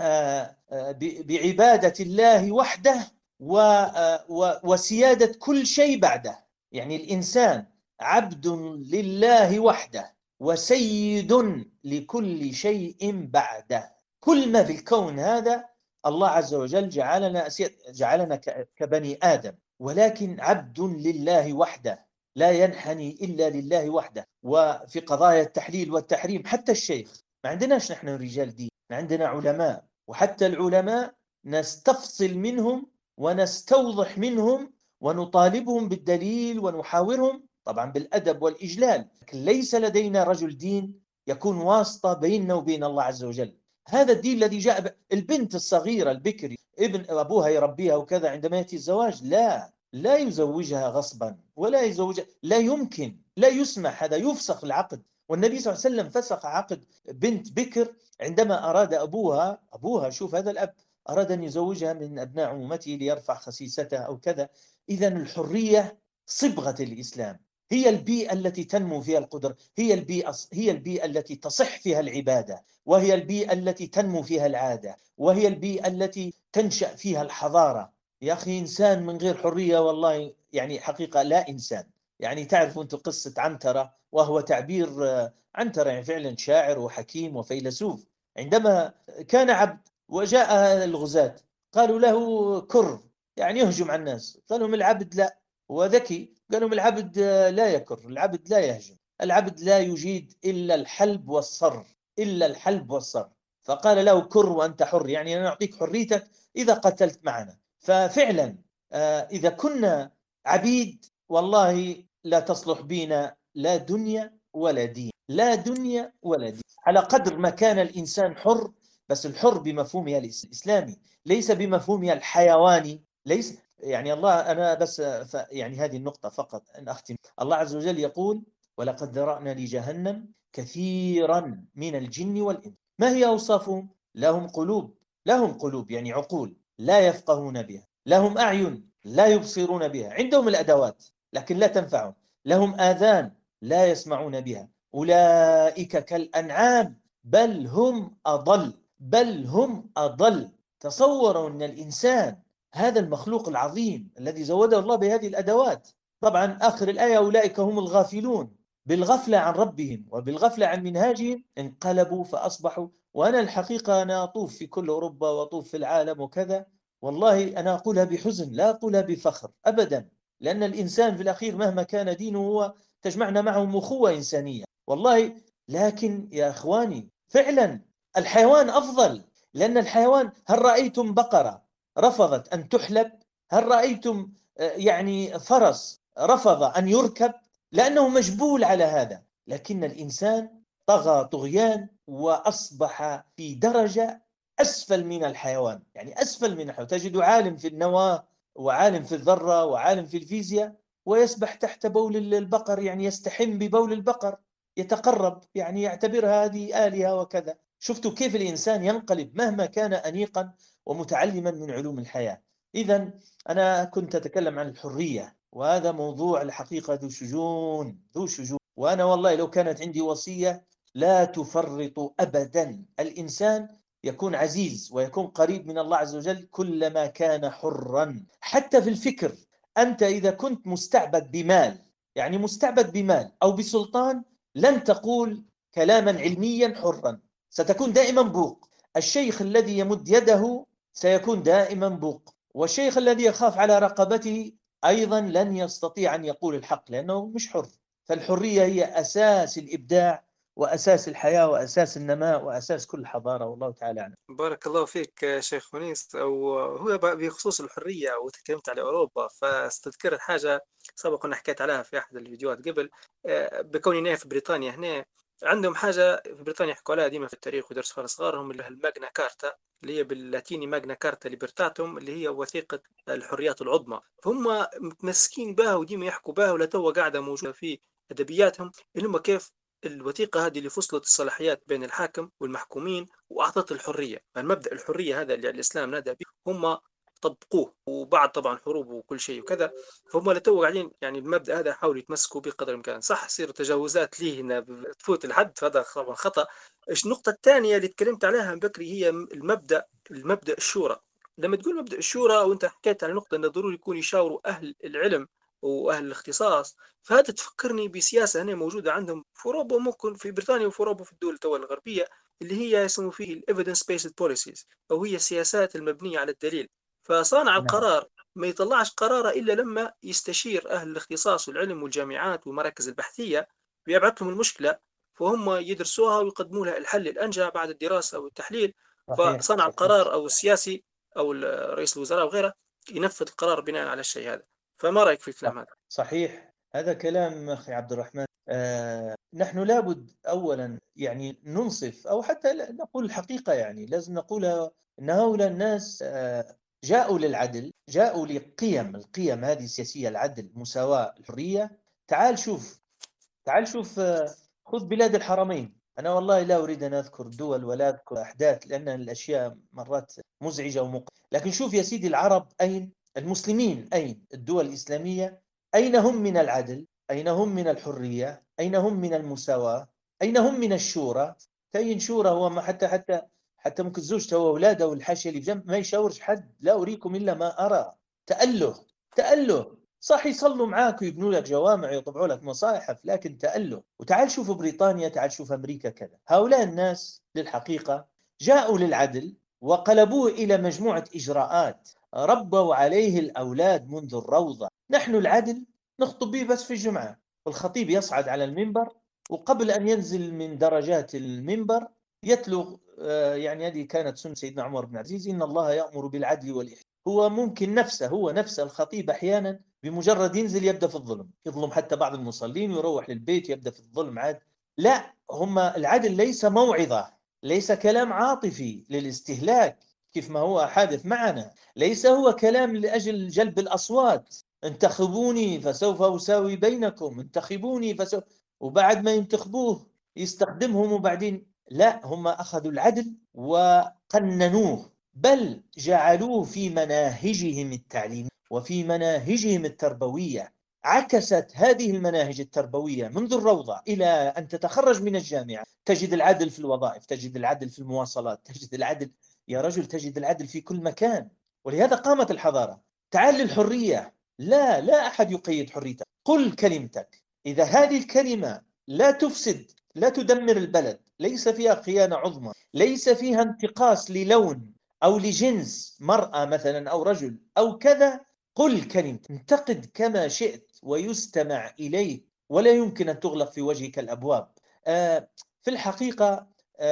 بعبادة الله وحده وسيادة كل شيء بعده. يعني الإنسان عبد لله وحده وسيد لكل شيء بعده. كل ما في الكون هذا الله عز وجل جعلنا كبني آدم، ولكن عبد لله وحده، لا ينحني إلا لله وحده. وفي قضايا التحليل والتحريم حتى الشيخ، ما عندناش نحن رجال دين، عندنا علماء، وحتى العلماء نستفصل منهم ونستوضح منهم ونطالبهم بالدليل ونحاورهم طبعا بالأدب والإجلال، لكن ليس لدينا رجل دين يكون واسطة بيننا وبين الله عز وجل. هذا الدين الذي جاء البنت الصغيرة البكري ابن أبوها يربيها وكذا، عندما يأتي الزواج لا يزوجها غصبا، ولا يزوجها، لا يمكن، لا يسمح، هذا يفسخ العقد. والنبي صلى الله عليه وسلم فسخ عقد بنت بكر عندما أراد أبوها شوف هذا الأب أراد أن يزوجها من أبناء عمومته ليرفع خسيستها أو كذا. إذا الحرية صبغة الإسلام، هي البيئة التي تنمو فيها القدرة، هي البيئة التي تصح فيها العبادة، وهي البيئة التي تنمو فيها العادة، وهي البيئة التي تنشأ فيها الحضارة. يا أخي إنسان من غير حرية والله يعني حقيقة لا إنسان. يعني تعرفوا أنتم قصة عنترة، وهو تعبير عنترة يعني فعلا شاعر وحكيم وفيلسوف. عندما كان عبد وجاء الغزاة قالوا له كر، يعني يهجم على الناس، قالوا من العبد لا، هو ذكي، قالوا من العبد لا يكر، العبد لا يهجم، العبد لا يجيد إلا الحلب والصر، إلا الحلب والصر. فقال له كر وأنت حر، يعني أنا أعطيك حريتك إذا قتلت معنا. ففعلا إذا كنا عبيد والله لا تصلح بينا لا دنيا ولا دين، لا دنيا ولا دين. على قدر ما كان الإنسان حر، بس الحر بمفهومها الإسلامي، ليس بمفهومها الحيواني. ليس يعني الله، أنا بس يعني هذه النقطة فقط أن أختم. الله عز وجل يقول ولقد ذرأنا لجهنم كثيرا من الجن والإنس. ما هي أوصافهم؟ لهم قلوب يعني عقول لا يفقهون بها، لهم أعين لا يبصرون بها، عندهم الأدوات لكن لا تنفعهم، لهم آذان لا يسمعون بها، أولئك كالأنعام بل هم أضل. تصوروا أن الإنسان هذا المخلوق العظيم الذي زوده الله بهذه الأدوات. طبعا آخر الآية أولئك هم الغافلون، بالغفلة عن ربهم وبالغفلة عن منهاجهم انقلبوا فأصبحوا. وأنا الحقيقة أنا أطوف في كل أوروبا وأطوف في العالم وكذا، والله أنا أقولها بحزن لا أقولها بفخر أبدا، لأن الإنسان في الأخير مهما كان دينه هو تجمعنا معهم أخوة إنسانية والله. لكن يا أخواني فعلا الحيوان أفضل، لأن الحيوان، هل رأيتم بقرة رفضت أن تحلب؟ هل رأيتم يعني فرس رفض أن يركب؟ لأنه مجبول على هذا. لكن الإنسان طغى طغيان وأصبح في درجة أسفل من الحيوان، يعني أسفل من الحيوان. تجد عالم في النواة وعالم في الذرة وعالم في الفيزياء ويسبح تحت بول البقر، يعني يستحم ببول البقر، يتقرب، يعني يعتبرها هذه آلهة وكذا. شفتوا كيف الإنسان ينقلب مهما كان أنيقا ومتعلما من علوم الحياة. إذا أنا كنت أتكلم عن الحرية، وهذا موضوع الحقيقة ذو شجون. وأنا والله لو كانت عندي وصية لا تفرطوا أبدا. الإنسان يكون عزيز ويكون قريب من الله عز وجل كلما كان حرا، حتى في الفكر. أنت إذا كنت مستعبد بمال، يعني مستعبد بمال أو بسلطان، لن تقول كلاما علميا حرا، ستكون دائما بوق. الشيخ الذي يمد يده سيكون دائما بوق، والشيخ الذي يخاف على رقبته أيضا لن يستطيع أن يقول الحق لأنه مش حر. فالحرية هي أساس الإبداع وأساس الحياة وأساس النماء وأساس كل حضارة، والله تعالى أعلم. بارك الله فيك شيخ ونيس. أو هو بخصوص الحرية وتكلمت على أوروبا، فاستذكرت حاجة سبق أن حكيت عليها في أحد الفيديوهات قبل. بكوني هنا في بريطانيا، هنا عندهم حاجة في بريطانيا يحكوا عليها ديما في التاريخ ودرسوها لصغارهم، اللي هي الماجنا كارتا، اللي هي باللاتيني ماجنا كارتا ليبرتاتوم، اللي هي وثيقة الحريات العظمى. فهم متمسكين بها وديما يحكوا بها، ولا توا قاعدة موجودة في أدبياتهم، اللي هم كيف الوثيقة هذه اللي فصلت الصلاحيات بين الحاكم والمحكومين وأعطت الحرية. المبدأ الحرية هذا اللي الإسلام نادى به هم طبقوه، وبعد طبعا حروب وكل شيء وكذا. فهم لتو قاعدين يعني المبدأ هذا حاولوا يتمسكوا به قدر الإمكان. صح يصير تجاوزات ليه إنها تفوت الحد، فهذا طبعا خطأ. النقطة الثانية اللي تكلمت عليها من بكري هي المبدأ الشورى. لما تقول مبدأ الشورى، وانت حكيت على نقطة انه ضروري يكون يشاوروا اهل العلم واهل الاختصاص، فهذا تفكرني بسياسة هنا موجودة عندهم في اوروبا، ممكن في بريطانيا وفي اوروبا في الدول الغربية، اللي هي يسموا فيه الايفيدنس بيسد بوليسيز، او هي السياسات المبنية على الدليل. فصانع نعم. القرار ما يطلعش قراره الا لما يستشير اهل الاختصاص والعلم والجامعات والمراكز البحثية، بيبعث لهم المشكلة، فهم يدرسوها ويقدموا لها الحل الانجى بعد الدراسة والتحليل. صحيح فصانع صحيح. القرار او السياسي او رئيس الوزراء وغيره ينفذ القرار بناء على الشيء هذا. فما رايك في الكلام هذا؟ صحيح، هذا كلام أخي عبد الرحمن. نحن لابد أولا يعني ننصف، أو حتى نقول الحقيقة، يعني لازم نقولها، أن هؤلاء الناس جاءوا للعدل، جاءوا القيم هذه السياسية: العدل، المساواة، الحرية. تعال شوف، تعال شوف، خذ بلاد الحرمين. أنا والله لا أريد أن أذكر دول ولا أذكر أحداث لأن الأشياء مرات مزعجة لكن شوف يا سيدي، العرب أين؟ المسلمين أين؟ الدول الإسلامية أين هم من العدل؟ أين هم من الحرية؟ أين هم من المساواة؟ أين هم من الشورى؟ تين شورى هو ما حتى ممكن زوجته وأولاده والحاشية اللي بجنب ما يشاورش حد. لا أريكم إلا ما أرى. تأله صح، يصلوا معاك ويبنوا لك جوامع ويطبعوا لك مصاحف، لكن تأله. وتعال شوف بريطانيا، تعال شوف أمريكا كذا. هؤلاء الناس للحقيقة جاءوا للعدل وقلبوه إلى مجموعة إجراءات ربوا عليه الأولاد منذ الروضة. نحن العدل نخطب به بس في الجمعة، والخطيب يصعد على المنبر، وقبل أن ينزل من درجات المنبر يتلو يعني هذه كانت سنة سيدنا عمر بن عزيز: إن الله يأمر بالعدل والإحسان. هو ممكن هو نفس الخطيب أحيانا بمجرد ينزل يبدأ في الظلم، يظلم حتى بعض المصلين ويروح للبيت يبدأ في الظلم عاد. لا، العدل ليس موعظة، ليس كلام عاطفي للاستهلاك كيف ما هو حادث معنا، ليس هو كلام لأجل جلب الأصوات: انتخبوني فسوف أساوي بينكم، انتخبوني فسوف، وبعد ما ينتخبوه يستخدمهم. وبعدين لا، هم أخذوا العدل وقننوه، بل جعلوه في مناهجهم التعليمية وفي مناهجهم التربوية. عكست هذه المناهج التربوية منذ الروضة إلى أن تتخرج من الجامعة، تجد العدل في الوظائف، تجد العدل في المواصلات، تجد العدل، يا رجل تجد العدل في كل مكان. ولهذا قامت الحضارة. تعال للحرية، لا أحد يقيد حريتك. قل كلمتك، إذا هذه الكلمة لا تفسد، لا تدمر البلد، ليس فيها خيانة عظمى، ليس فيها انتقاص للون أو لجنس مرأة مثلا أو رجل أو كذا، قل كلمة، انتقد كما شئت ويستمع إليك، ولا يمكن أن تغلق في وجهك الأبواب. في الحقيقة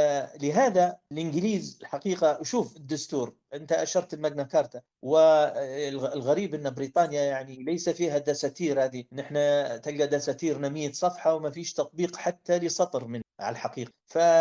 لهذا الإنجليز الحقيقة، شوف الدستور، أنت أشرت الماجنا كارتا، والغريب أن بريطانيا يعني ليس فيها دساتير. هذه نحن تلقى دساتير 100 صفحة وما فيش تطبيق حتى لسطر منه على الحقيقة.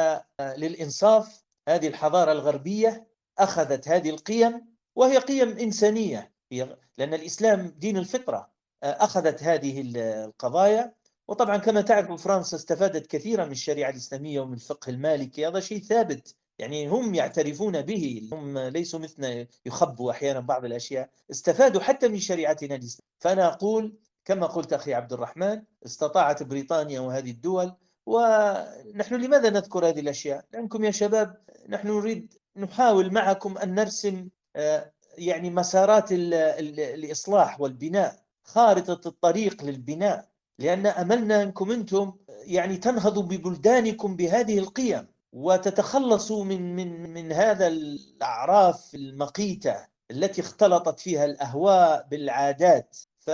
فللإنصاف هذه الحضارة الغربية أخذت هذه القيم، وهي قيم إنسانية، لأن الإسلام دين الفطرة. أخذت هذه القضايا. وطبعا كما تعرف فرنسا استفادت كثيرا من الشريعة الإسلامية ومن الفقه المالكي، هذا شيء ثابت، يعني هم يعترفون به، هم ليسوا مثلنا يخبوا أحيانا بعض الأشياء، استفادوا حتى من شريعتنا الإسلامية. فأنا أقول كما قلت أخي عبد الرحمن: استطاعت بريطانيا وهذه الدول، ونحن لماذا نذكر هذه الأشياء؟ لأنكم يا شباب نحن نريد نحاول معكم أن نرسم يعني مسارات الإصلاح والبناء، خارطة الطريق للبناء. لأن أملنا أنكم أنتم يعني تنهضوا ببلدانكم بهذه القيم، وتتخلصوا من هذا الأعراف المقيتة التي اختلطت فيها الأهواء بالعادات.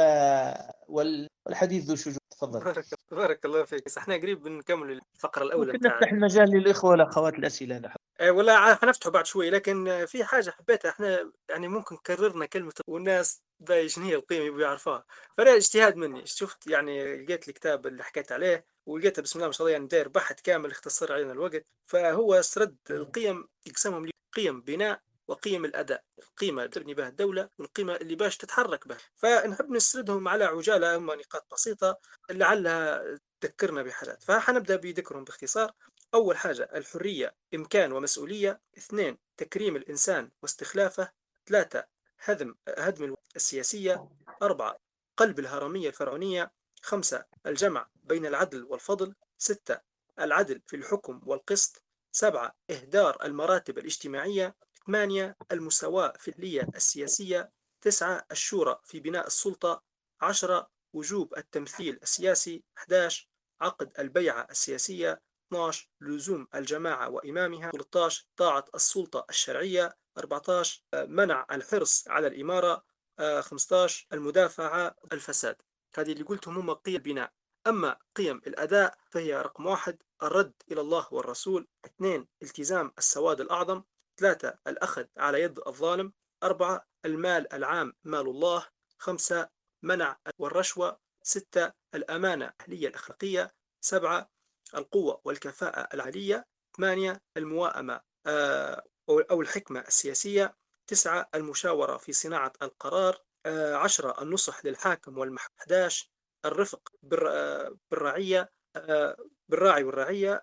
والحديث ذو شجون. تفضل. بارك الله فيك. بس احنا قريب بنكمل الفقرة الأولى ممكن متاع. نفتح المجال للإخوة والأخوات الأسئلة. ولا حنفتحه بعد شوي، لكن في حاجة حبيتها. احنا يعني ممكن كررنا كلمة والناس باي شنو هي القيمة يبغوا يعرفوها. فلا اجتهاد مني، شفت يعني لقيت الكتاب اللي حكيت عليه ولقيته بسم الله ما شاء الله يعني داير بحث كامل اختصر علينا الوقت. فهو سرد القيم يقسمهم قيم بناء وقيم الأداء. القيمة اللي تبني بها الدولة والقيمة اللي باش تتحرك بها. فنحب نسردهم على عجالة، هم نقاط بسيطة لعلها تذكرنا بحاجات. فحنبدأ بذكرهم باختصار. أول حاجة الحرية إمكان ومسؤولية. اثنين تكريم الإنسان واستخلافه. ثلاثة هدم السياسية. أربعة قلب الهرمية الفرعونية. خمسة الجمع بين العدل والفضل. ستة العدل في الحكم والقسط. سبعة إهدار المراتب الاجتماعية. ثمانية المساواة في الحرية السياسية. تسعة الشورى في بناء السلطة. عشرة وجوب التمثيل السياسي. 11 عقد البيعة السياسية. 12 لزوم الجماعة وإمامها. 13 طاعة السلطة الشرعية. 14 منع الحرص على الإمارة. 15 المدافعة الفساد. هذه اللي قلتهم هم قيم البناء. أما قيم الأداء فهي رقم 1 الرد إلى الله والرسول. 2 التزام السواد الأعظم. 3 الأخذ على يد الظالم. 4 المال العام مال الله. 5 منع والرشوة. 6 الأمانة الأهلية الأخلاقية. 7 القوة والكفاءة العالية. 8 المواءمة أو الحكمة السياسية. 9 المشاورة في صناعة القرار. 10 النصح للحاكم والمحكمة. 11 الرفق بالرعية بالراعي والرعية.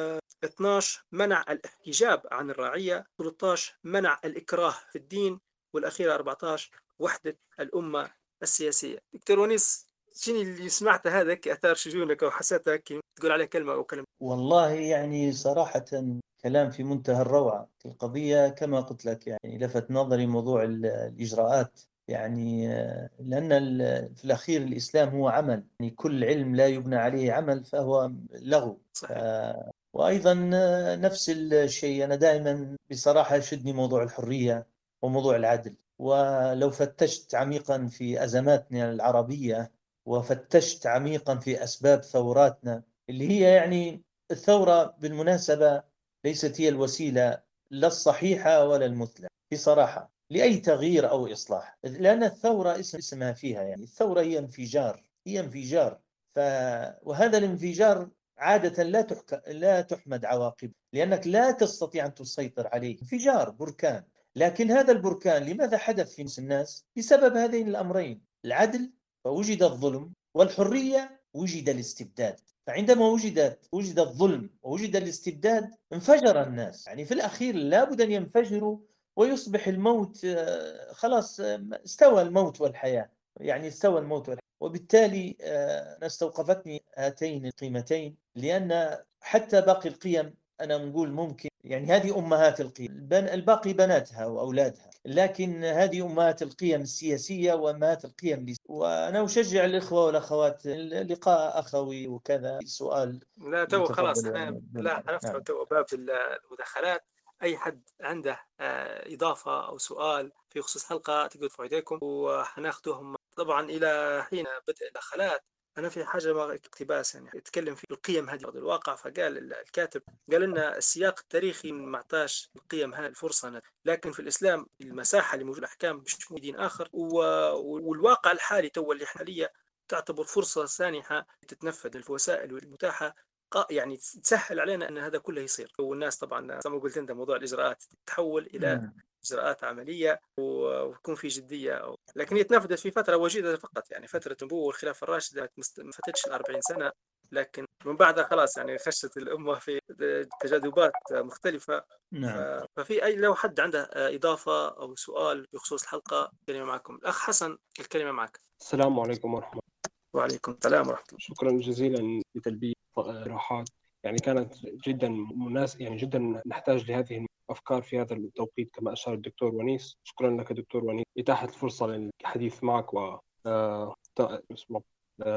12 منع الاحتجاب عن الرعية. 13 منع الإكراه في الدين. والأخيرة 14 وحدة الأمة السياسية. دكتور ونيس، شنو اللي سمعته هذا أثار شجونك أو حسيتك تقول عليه كلمة أو كلمة؟ والله يعني صراحة كلام في منتهى الروعة. القضية كما قلت لك يعني لفت نظري موضوع الإجراءات، يعني لأن في الأخير الإسلام هو عمل، يعني كل علم لا يبنى عليه عمل فهو لغو. صحيح. وأيضا نفس الشيء أنا دائما بصراحة يشدني موضوع الحرية وموضوع العدل. ولو فتشت عميقا في أزماتنا العربية وفتشت عميقا في أسباب ثوراتنا اللي هي يعني الثورة بالمناسبة ليست هي الوسيلة لا الصحيحة ولا المثلى بصراحة لأي تغيير أو إصلاح، لأن الثورة اسمها فيها، يعني الثورة هي انفجار، هي انفجار. ف... وهذا الانفجار عادة لا تحمد عواقبه، لأنك لا تستطيع أن تسيطر عليه. انفجار بركان، لكن هذا البركان لماذا حدث في نفس الناس؟ بسبب هذين الأمرين: العدل فوجد الظلم، والحرية وجد الاستبداد. فعندما وجد الظلم ووجد الاستبداد انفجر الناس. يعني في الأخير لابد أن ينفجروا ويصبح الموت خلاص استوى الموت والحياة، يعني استوى الموت والحياة. وبالتالي أنا استوقفتني هاتين القيمتين، لأن حتى باقي القيم أنا نقول ممكن يعني هذه أمهات القيم، الباقي بناتها وأولادها، لكن هذه أمهات القيم السياسية وأمهات القيم. وأنا أشجع الإخوة والأخوات اللقاء أخوي وكذا. سؤال لا تو خلاص يتفضل احنا يعني. لا حنفتح نعم. تو باب المداخلات. اي حد عنده اضافه او سؤال في خصوص حلقه تقدروا ترفعوا ايديكم وحناخذهم طبعا الى حين بدء المداخلات. انا في حاجه ما اقتباس يعني يتكلم في القيم هذه ارض الواقع. فقال الكاتب قال لنا السياق التاريخي ما اعطاش القيم هذه الفرصه، لكن في الاسلام المساحه اللي موجوده الاحكام مش دين اخر والواقع الحالي تو اللي حاليا تعتبر فرصه سانحه تتنفذ الوسائل المتاحه يعني تسهل علينا ان هذا كله يصير. والناس طبعا زي ما قلت انت موضوع الاجراءات تتحول الى نعم. اجراءات عمليه ويكون في جديه لكن هي تنفذت في فتره وجيزه فقط. يعني فتره النبوه والخلافه الراشده ما فتتش 40 سنه، لكن من بعدها خلاص يعني خشت الامه في تجاذبات مختلفه. نعم. ففي اي لو حد عنده اضافه او سؤال بخصوص الحلقه الكلمه معكم. الاخ حسن الكلمه معك. السلام عليكم ورحمة الله. وعليكم السلام ورحمه الله. شكرا جزيلا لتلبية الاقتراحات، يعني كانت جدا مناسبة، يعني جدا نحتاج لهذه الأفكار في هذا التوقيت كما أشار الدكتور ونيس. شكرا لك دكتور ونيس إتاحة الفرصة للحديث معك و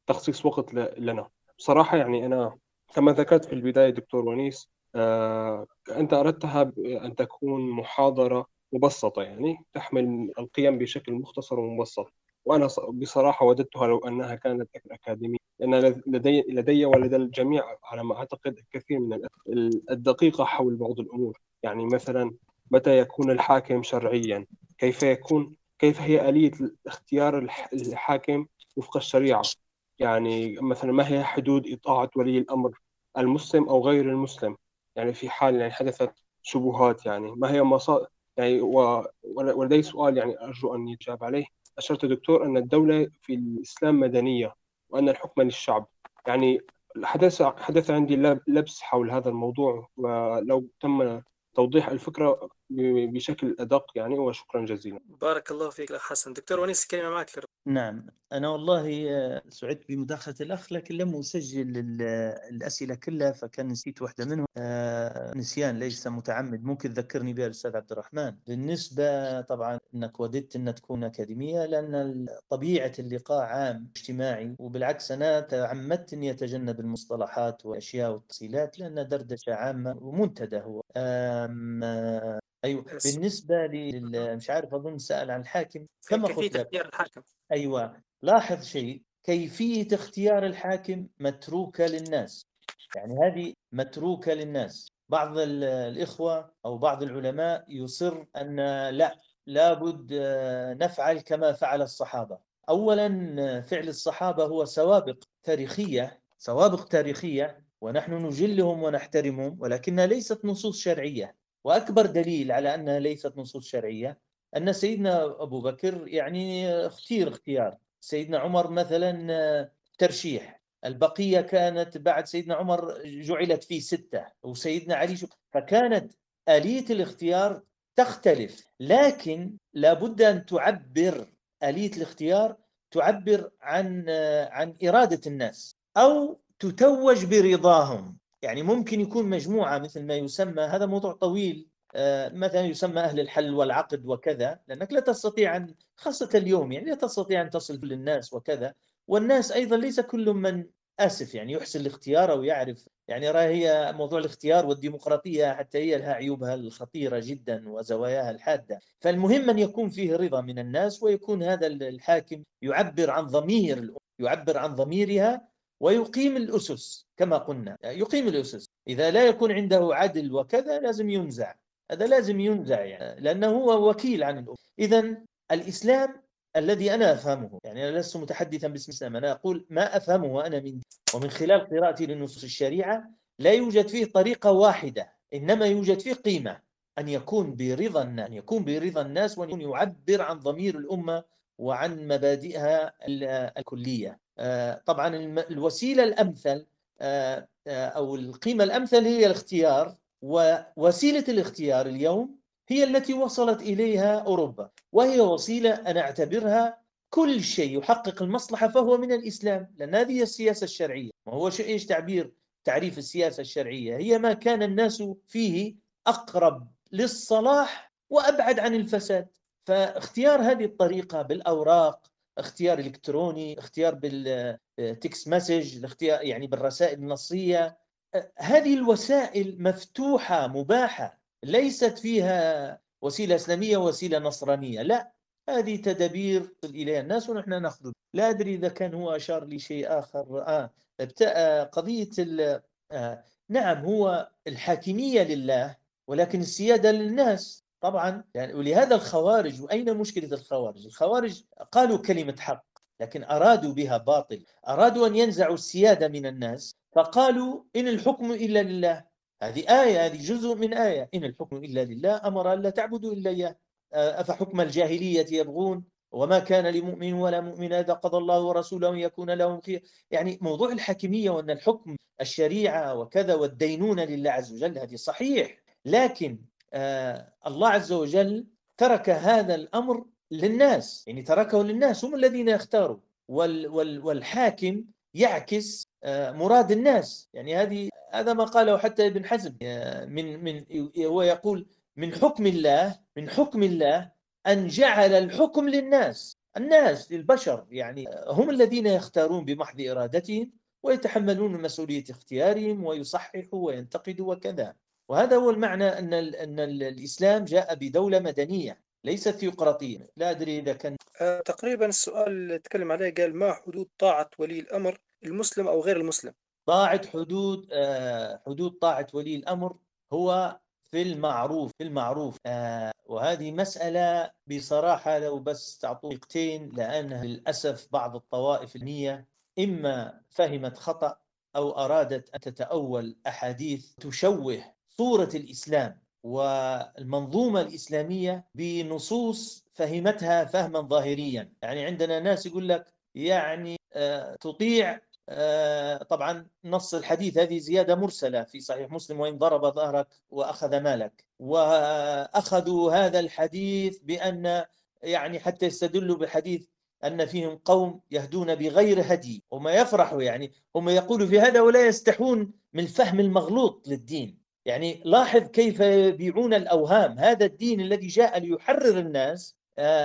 تخصيص وقت لنا. بصراحة يعني أنا كما ذكرت في البداية دكتور ونيس، أنت أردتها أن تكون محاضرة مبسطة، يعني تحمل القيم بشكل مختصر ومبسط. وأنا بصراحة وددتها لو أنها كانت أكاديمية، لأن لدي ولدى الجميع على ما أعتقد الكثير من الدقيقة حول بعض الأمور. يعني مثلا متى يكون الحاكم شرعيا؟ كيف هي آلية اختيار الحاكم وفق الشريعة؟ يعني مثلا ما هي حدود إطاعة ولي الأمر المسلم أو غير المسلم؟ يعني في حال يعني حدثت شبهات، يعني ما هي يعني ولدي سؤال يعني أرجو أن يجاب عليه. أشرت دكتور أن الدولة في الإسلام مدنية وأن الحكم للشعب. يعني حدث عندي لبس حول هذا الموضوع، ولو تم توضيح الفكرة بشكل أدق يعني. وشكرا جزيلا. بارك الله فيك الأخ حسن. دكتور ونيس الكلمة معك في نعم، أنا والله سعدت بمداخلة الأخ، لكن لم أسجل الأسئلة كلها، فكان نسيت واحدة منهم. نسيان ليس متعمد، ممكن تذكرني بها الأستاذ عبد الرحمن. بالنسبة طبعا أنك وددت أن تكون أكاديمية، لأن طبيعة اللقاء عام اجتماعي، وبالعكس أنا تعمدت أني أتجنب المصطلحات والأشياء والتفصيلات، لأن دردشة عامة ومنتدى هو. أيوة، الرأس. بالنسبة مش عارف، أظن سأل عن الحاكم في كما كيفية قلت لك. اختيار الحاكم. أيوة، لاحظ شيء، كيفية اختيار الحاكم متروكة للناس، يعني هذه متروكة للناس. بعض الإخوة أو بعض العلماء يصر أن لا، لابد نفعل كما فعل الصحابة. أولا فعل الصحابة هو سوابق تاريخية، ونحن نجلهم ونحترمهم، ولكنها ليست نصوص شرعية. وأكبر دليل على أنها ليست نصوص شرعية أن سيدنا أبو بكر يعني اختيار، سيدنا عمر مثلا ترشيح، البقية كانت بعد سيدنا عمر جعلت في 6، وسيدنا علي فكانت آلية الاختيار تختلف، لكن لابد أن تعبر آلية الاختيار، تعبر عن إرادة الناس أو تتوج برضاهم. يعني ممكن يكون مجموعة مثل ما يسمى، هذا موضوع طويل، مثلا يسمى أهل الحل والعقد وكذا، لأنك لا تستطيع أن، خاصة اليوم يعني لا تستطيع أن تصل كل الناس وكذا. والناس أيضا ليس كل من آسف يعني يحسن الاختيار أو يعرف، يعني هي موضوع الاختيار والديمقراطية حتى هي لها عيوبها الخطيرة جدا وزواياها الحادة. فالمهم أن يكون فيه رضا من الناس، ويكون هذا الحاكم يعبر عن ضمير الأمة، يعبر عن ضميرها، ويقيم الأسس كما قلنا، يقيم الأسس. إذا لا يكون عنده عدل وكذا لازم ينزع، هذا لازم ينزع يعني، لأنه هو وكيل عن الأمة. إذا الإسلام الذي أنا أفهمه، يعني أنا لست متحدثا باسم الإسلام، أنا أقول ما أفهمه أنا ومن خلال قراءتي لنصوص الشريعة، لا يوجد فيه طريقة واحدة، إنما يوجد فيه قيمة، أن يكون برضا الناس، وأن يعبر عن ضمير الأمة وعن مبادئها الكلية. طبعا الوسيلة الأمثل أو القيمة الأمثل هي الاختيار، ووسيلة الاختيار اليوم هي التي وصلت إليها أوروبا، وهي وسيلة أنا أعتبرها كل شيء يحقق المصلحة فهو من الإسلام، لأن هذه السياسة الشرعية. ما هو إيش تعريف السياسة الشرعية؟ هي ما كان الناس فيه أقرب للصلاح وأبعد عن الفساد. فاختيار هذه الطريقة بالأوراق، اختيار إلكتروني، اختيار بالتكست مسج، الاختيار يعني بالرسائل النصية، هذه الوسائل مفتوحة مباحة، ليست فيها وسيلة إسلامية ووسيلة نصرانية، لا، هذه تدابير إليها الناس ونحن نأخذ. لا أدري إذا كان هو أشار لشيء آخر. قضية نعم، هو الحاكمية لله ولكن السيادة للناس طبعا يعني. ولهذا الخوارج، وأين مشكلة الخوارج قالوا كلمة حق لكن أرادوا بها باطل، أرادوا أن ينزعوا السيادة من الناس، فقالوا إن الحكم إلا لله. هذه جزء من آية، إن الحكم إلا لله أمر ألا تعبدوا إلا إياه، أفحكم الجاهلية يبغون وما كان لمؤمن ولا مؤمن إذا قضى الله ورسوله أن يكون لهم خير. يعني موضوع الحاكمية وأن الحكم الشريعة وكذا والدينونة لله عز وجل هذه صحيح، لكن الله عز وجل ترك هذا الأمر للناس، يعني تركه للناس، هم الذين يختاروا، والحاكم يعكس مراد الناس. يعني هذا ما قاله حتى ابن حزم، هو يقول من حكم الله أن جعل الحكم للناس، الناس البشر يعني هم الذين يختارون بمحض إرادتهم ويتحملون مسؤولية اختيارهم ويصححوا وينتقدوا وكذا. وهذا هو المعنى أن الإسلام جاء بدولة مدنية ليست ثيوقراطية. لا أدري إذا كان تقريبا السؤال اللي تكلم عليه قال ما حدود طاعة ولي الأمر المسلم أو غير المسلم؟ طاعة حدود طاعة ولي الأمر هو في المعروف وهذه مسألة بصراحة لو بس تعطوا دقيقتين، لأنها للأسف بعض الطوائف الدينية إما فهمت خطأ أو أرادت أن تتأول أحاديث تشوه صورة الإسلام والمنظومة الإسلامية بنصوص فهمتها فهما ظاهريا. يعني عندنا ناس يقول لك يعني تطيع طبعا نص الحديث هذه زيادة مرسلة في صحيح مسلم: وإن ضرب ظهرك وأخذ مالك. وأخذوا هذا الحديث بأن يعني حتى يستدلوا بالحديث أن فيهم قوم يهدون بغير هدي، هم يفرحوا يعني هم يقولوا في هذا ولا يستحون من الفهم المغلوط للدين. يعني لاحظ كيف يبيعون الأوهام. هذا الدين الذي جاء ليحرر الناس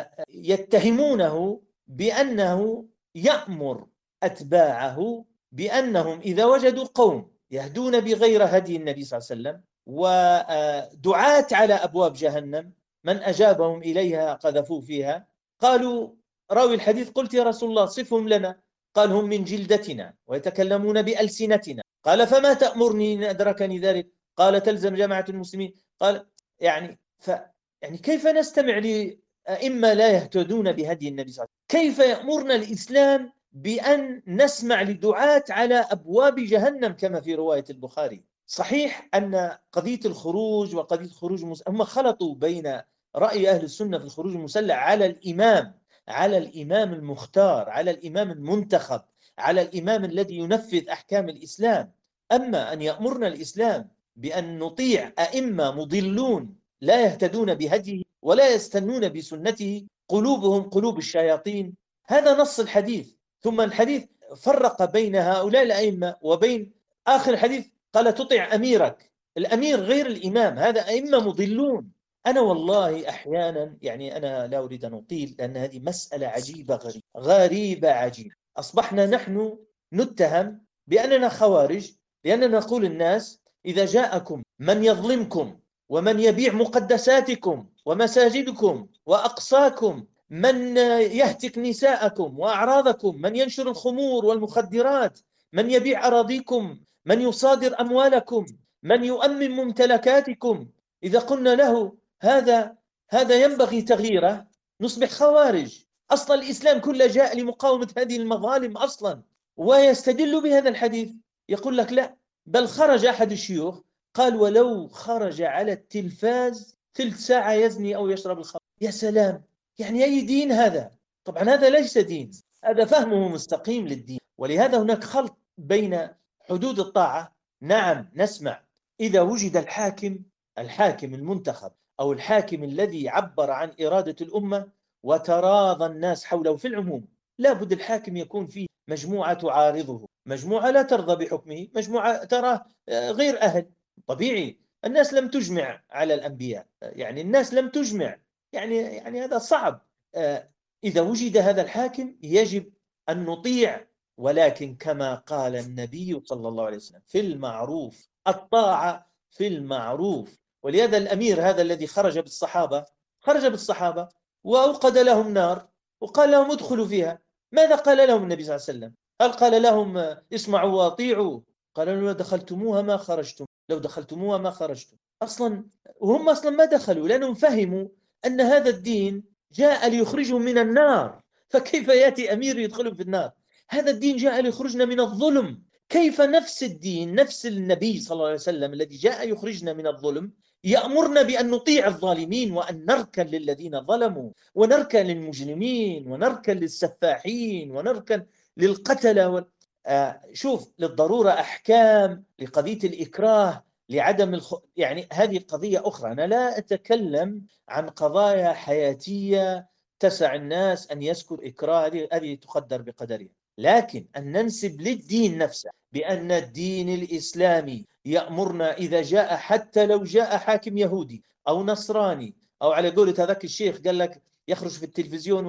يتهمونه بأنه يأمر أتباعه بأنهم إذا وجدوا قوم يهدون بغير هدي النبي صلى الله عليه وسلم ودعاة على أبواب جهنم من أجابهم إليها قذفوا فيها. قالوا راوي الحديث: قلت يا رسول الله صفهم لنا. قال: هم من جلدتنا ويتكلمون بألسنتنا. قال: فما تأمرني إن أدركني ذلك؟ قال: تلزم جماعة المسلمين. قال يعني يعني كيف نستمع لأئمة لا يهتدون بهدي النبي صلى الله عليه وسلم؟ كيف يأمرنا الإسلام بأن نسمع لدعاة على أبواب جهنم كما في رواية البخاري؟ صحيح أن قضية الخروج وقضية الخروج هم خلطوا بين رأي أهل السنة في الخروج المسلح على الإمام المختار، على الإمام المنتخب، على الإمام الذي ينفذ أحكام الإسلام. أما أن يأمرنا الإسلام بأن نطيع أئمة مضلون لا يهتدون بهديه ولا يستنون بسنته، قلوبهم قلوب الشياطين، هذا نص الحديث. ثم الحديث فرق بين هؤلاء الأئمة وبين آخر الحديث قال: تطيع أميرك. الأمير غير الإمام، هذا أئمة مضلون. أنا والله أحيانا يعني أنا لا أريد أن أطيل لأن هذه مسألة عجيبة غريبة عجيبة. أصبحنا نحن نتهم بأننا خوارج لأننا نقول الناس: إذا جاءكم من يظلمكم ومن يبيع مقدساتكم ومساجدكم وأقصاكم، من يهتك نساءكم وأعراضكم، من ينشر الخمور والمخدرات، من يبيع أراضيكم، من يصادر أموالكم، من يؤمن ممتلكاتكم، إذا قلنا له هذا ينبغي تغييره نصبح خوارج. أصلا الإسلام كله جاء لمقاومة هذه المظالم أصلا. ويستدل بهذا الحديث يقول لك: لا، بل خرج أحد الشيوخ قال: ولو خرج على التلفاز ثلث ساعة يزني أو يشرب الخمر. يا سلام، يعني أي دين هذا؟ طبعا هذا ليس دين، هذا فهمه مستقيم للدين. ولهذا هناك خلط بين حدود الطاعة. نعم نسمع إذا وجد الحاكم المنتخب أو الحاكم الذي عبر عن إرادة الأمة وتراضى الناس حوله في العموم، لا بد الحاكم يكون فيه مجموعة تعارضه، مجموعة لا ترضى بحكمه، مجموعة تراه غير أهل. طبيعي، الناس لم تجمع على الأنبياء، يعني الناس لم تجمع، يعني هذا صعب. إذا وجد هذا الحاكم يجب أن نطيع، ولكن كما قال النبي صلى الله عليه وسلم: في المعروف، الطاعة في المعروف. ولهذا الأمير هذا الذي خرج بالصحابة وأوقد لهم نار وقال لهم: ادخلوا فيها. ماذا قال لهم النبي صلى الله عليه وسلم؟ هل قال لهم: اسمعوا واطيعوا؟ قال لهم: لو دخلتموها ما خرجتم. أصلا وهم أصلا ما دخلوا لأنهم فهموا أن هذا الدين جاء ليخرجهم من النار، فكيف يأتي أمير يدخلهم في النار؟ هذا الدين جاء ليخرجنا من الظلم. كيف نفس الدين، نفس النبي صلى الله عليه وسلم الذي جاء يخرجنا من الظلم يأمرنا بأن نطيع الظالمين وأن نركن للذين ظلموا ونركن للمجرمين ونركن للسفاحين ونركن للقتلة شوف، للضرورة أحكام، لقضية الإكراه، لعدم يعني هذه قضية أخرى. أنا لا أتكلم عن قضايا حياتية تسع الناس أن يسكر إكراه، هذه تقدر بقدرها. لكن أن ننسب للدين نفسه بأن الدين الإسلامي يأمرنا إذا جاء، حتى لو جاء حاكم يهودي أو نصراني، أو على قولة هذاك الشيخ قال لك يخرج في التلفزيون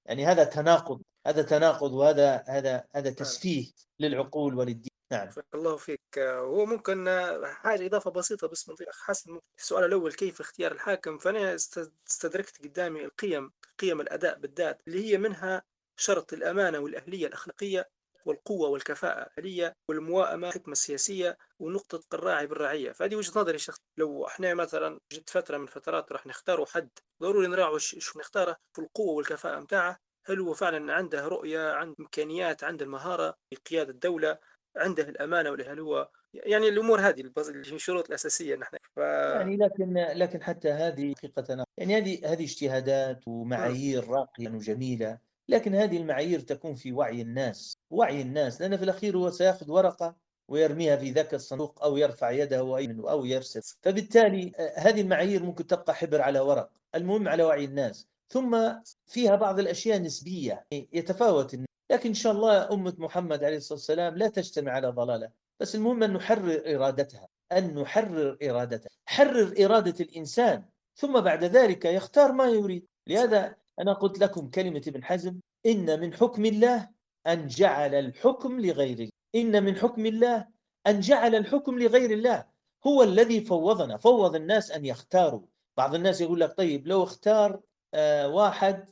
يعني هذا تناقض، هذا تناقض، وهذا هذا تسفيه للعقول وللدين. نعم. بارك الله فيك. هو ممكن حاجة إضافة بسيطة بس من أخ حسن. ممكن السؤال الأول كيف اختيار الحاكم، فأنا استدركت قدامي قيم الأداء بالذات اللي هي منها شرط الأمانة والأهلية الأخلاقية والقوة والكفاءة الآلية والموائمة الحكمة السياسية ونقطة الراعي بالرعية. فهذه وجهة نظري شخص. لو احنا مثلا جت فترة من فترات راح نختاروا حد، ضروري نراعوا شو نختاره في القوة والكفاءة متاعه. هل هو فعلا عنده رؤية، عنده إمكانيات، عنده المهارة في قيادة الدولة، عنده الأمانة والهلوة، يعني الأمور هذه الشروط الأساسية نحن يعني لكن حتى هذه حقيقة، يعني هذه اجتهادات مم. ومعايير راقية وجميلة، لكن هذه المعايير تكون في وعي الناس، وعي الناس، لأن في الأخير هو سيأخذ ورقة ويرميها في ذاك الصندوق أو يرفع يده أو يرسل. فبالتالي هذه المعايير ممكن تبقى حبر على ورق، المهم على وعي الناس. ثم فيها بعض الأشياء نسبية، يعني يتفاوت الناس. لكن إن شاء الله أمة محمد عليه الصلاة والسلام لا تجتمع على ضلالة، بس المهم أن نحرر إرادتها، أن نحرر إرادته، حرر إرادة الإنسان، ثم بعد ذلك يختار ما يريد. صحيح. لهذا أنا قلت لكم كلمة ابن حزم: إن من حكم الله أن جعل الحكم لغير الله. إن من حكم الله أن جعل الحكم لغير الله. هو الذي فوضنا، فوض الناس أن يختاروا. بعض الناس يقول لك طيب لو اختار واحد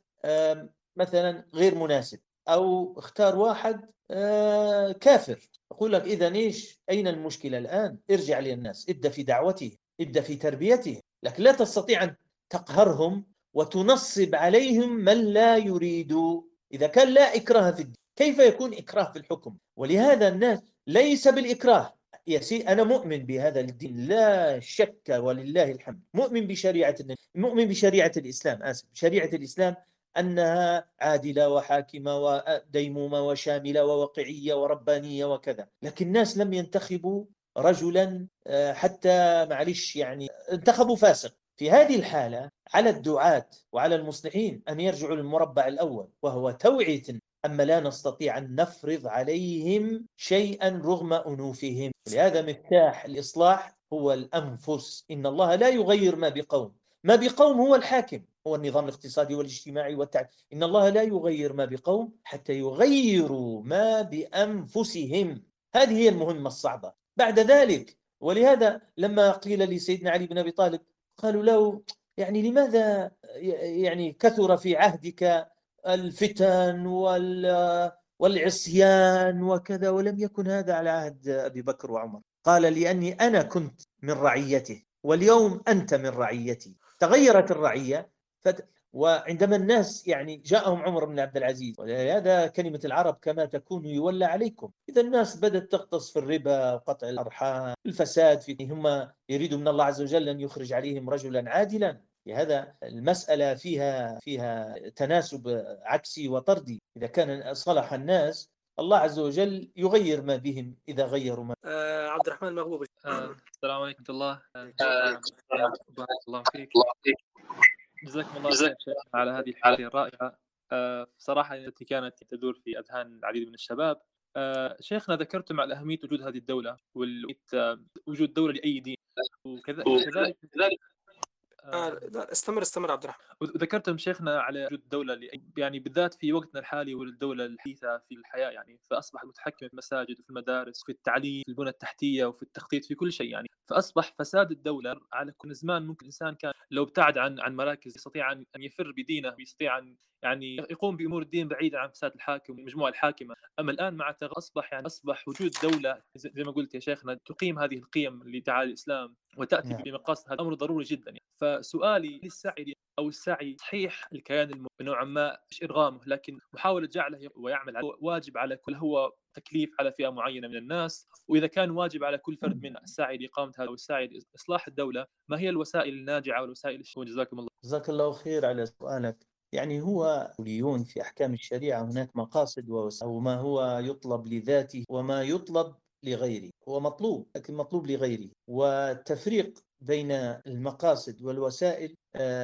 مثلا غير مناسب، أو اختار واحد كافر، أقول لك إذا إيش؟ أين المشكلة الآن؟ ارجع للناس، ابدأ في دعوته، ابدأ في تربيته، لكن لا تستطيع أن تقهرهم وتنصب عليهم من لا يريدوا. إذا كان لا إكراه في الدين، كيف يكون إكراه في الحكم؟ ولهذا الناس ليس بالإكراه. يا سيدي أنا مؤمن بهذا الدين لا شك ولله الحمد، مؤمن بشريعة النبي، مؤمن بشريعة الإسلام، آسف، شريعة الإسلام أنها عادلة وحاكمة وديمومة وشاملة وواقعية وربانية وكذا. لكن الناس لم ينتخبوا رجلا حتى معلش يعني انتخبوا فاسق. في هذه الحالة على الدعاة وعلى المصلحين أن يرجعوا للمربع الأول، وهو توعية. أما لا نستطيع أن نفرض عليهم شيئا رغم أنوفهم. لهذا مفتاح الإصلاح هو الأنفس. إن الله لا يغير ما بقوم، ما بقوم هو الحاكم، هو النظام الاقتصادي والاجتماعي إن الله لا يغير ما بقوم حتى يغيروا ما بأنفسهم. هذه هي المهمة الصعبة. بعد ذلك، ولهذا لما قيل لسيدنا علي بن أبي طالب، قالوا له يعني لماذا يعني كثر في عهدك الفتن والعصيان وكذا، ولم يكن هذا على عهد أبي بكر وعمر؟ قال لأني أنا كنت من رعيته واليوم أنت من رعيتي. تغيرت الرعية. وعندما الناس يعني جاءهم عمر بن عبد العزيز، ولهذا كلمة العرب كما تكون يولى عليكم، إذا الناس بدأت تغطس في الربا وقطع الأرحام، الفساد، هم يريدوا من الله عز وجل أن يخرج عليهم رجلا عادلا. لهذا المسألة فيها تناسب عكسي وطردي. إذا كان صلح الناس الله عز وجل يغير ما بهم إذا غيروا ما. عبد الرحمن مغلوب. السلام عليكم ورحمة الله. بارك الله فيك. جزاكم الله خير شيخ على هذه الحديث الرائعة. بصراحة التي كانت تدور في أذهان العديد من الشباب. شيخنا ذكرتم على أهمية وجود هذه الدولة ووجود دولة لأي دين، وكذلك لا استمر عبد الرحمن. وذكرتم شيخنا على وجود دولة يعني بالذات في وقتنا الحالي والدولة الحديثة في الحياة، يعني فأصبح متحكم في المساجد وفي المدارس، في التعليم، في البنى التحتية وفي التخطيط، في كل شيء يعني. فأصبح فساد الدولة على كل زمان. ممكن الإنسان كان لو ابتعد عن مراكز يستطيع أن يفر بدينه، ويستطيع أن يعني يقوم بأمور الدين بعيدا عن فساد الحاكم والمجموعة الحاكمة. أما الآن مع أصبح وجود دولة زي ما قلت يا شيخنا تقيم هذه القيم اللي دعا الإسلام وتأتي بمقاصد، هذا أمر ضروري جدا يعني. فسؤالي السعي صحيح الكيان نوعا ما إرغامه، لكن محاولة جعله ويعمل على واجب على كل، هو تكليف على فئة معينة من الناس. وإذا كان واجب على كل فرد من السعي لإقامة هذا والسعي لإصلاح الدولة، ما هي الوسائل الناجعة والوسائل الشؤون؟ جزاكم الله. جزاك الله خير على سؤالك. يعني هو أصوليون في أحكام الشريعة هناك مقاصد وما هو يطلب لذاته وما يطلب لغيره. هو مطلوب لكن مطلوب لغيره، والتفريق بين المقاصد والوسائل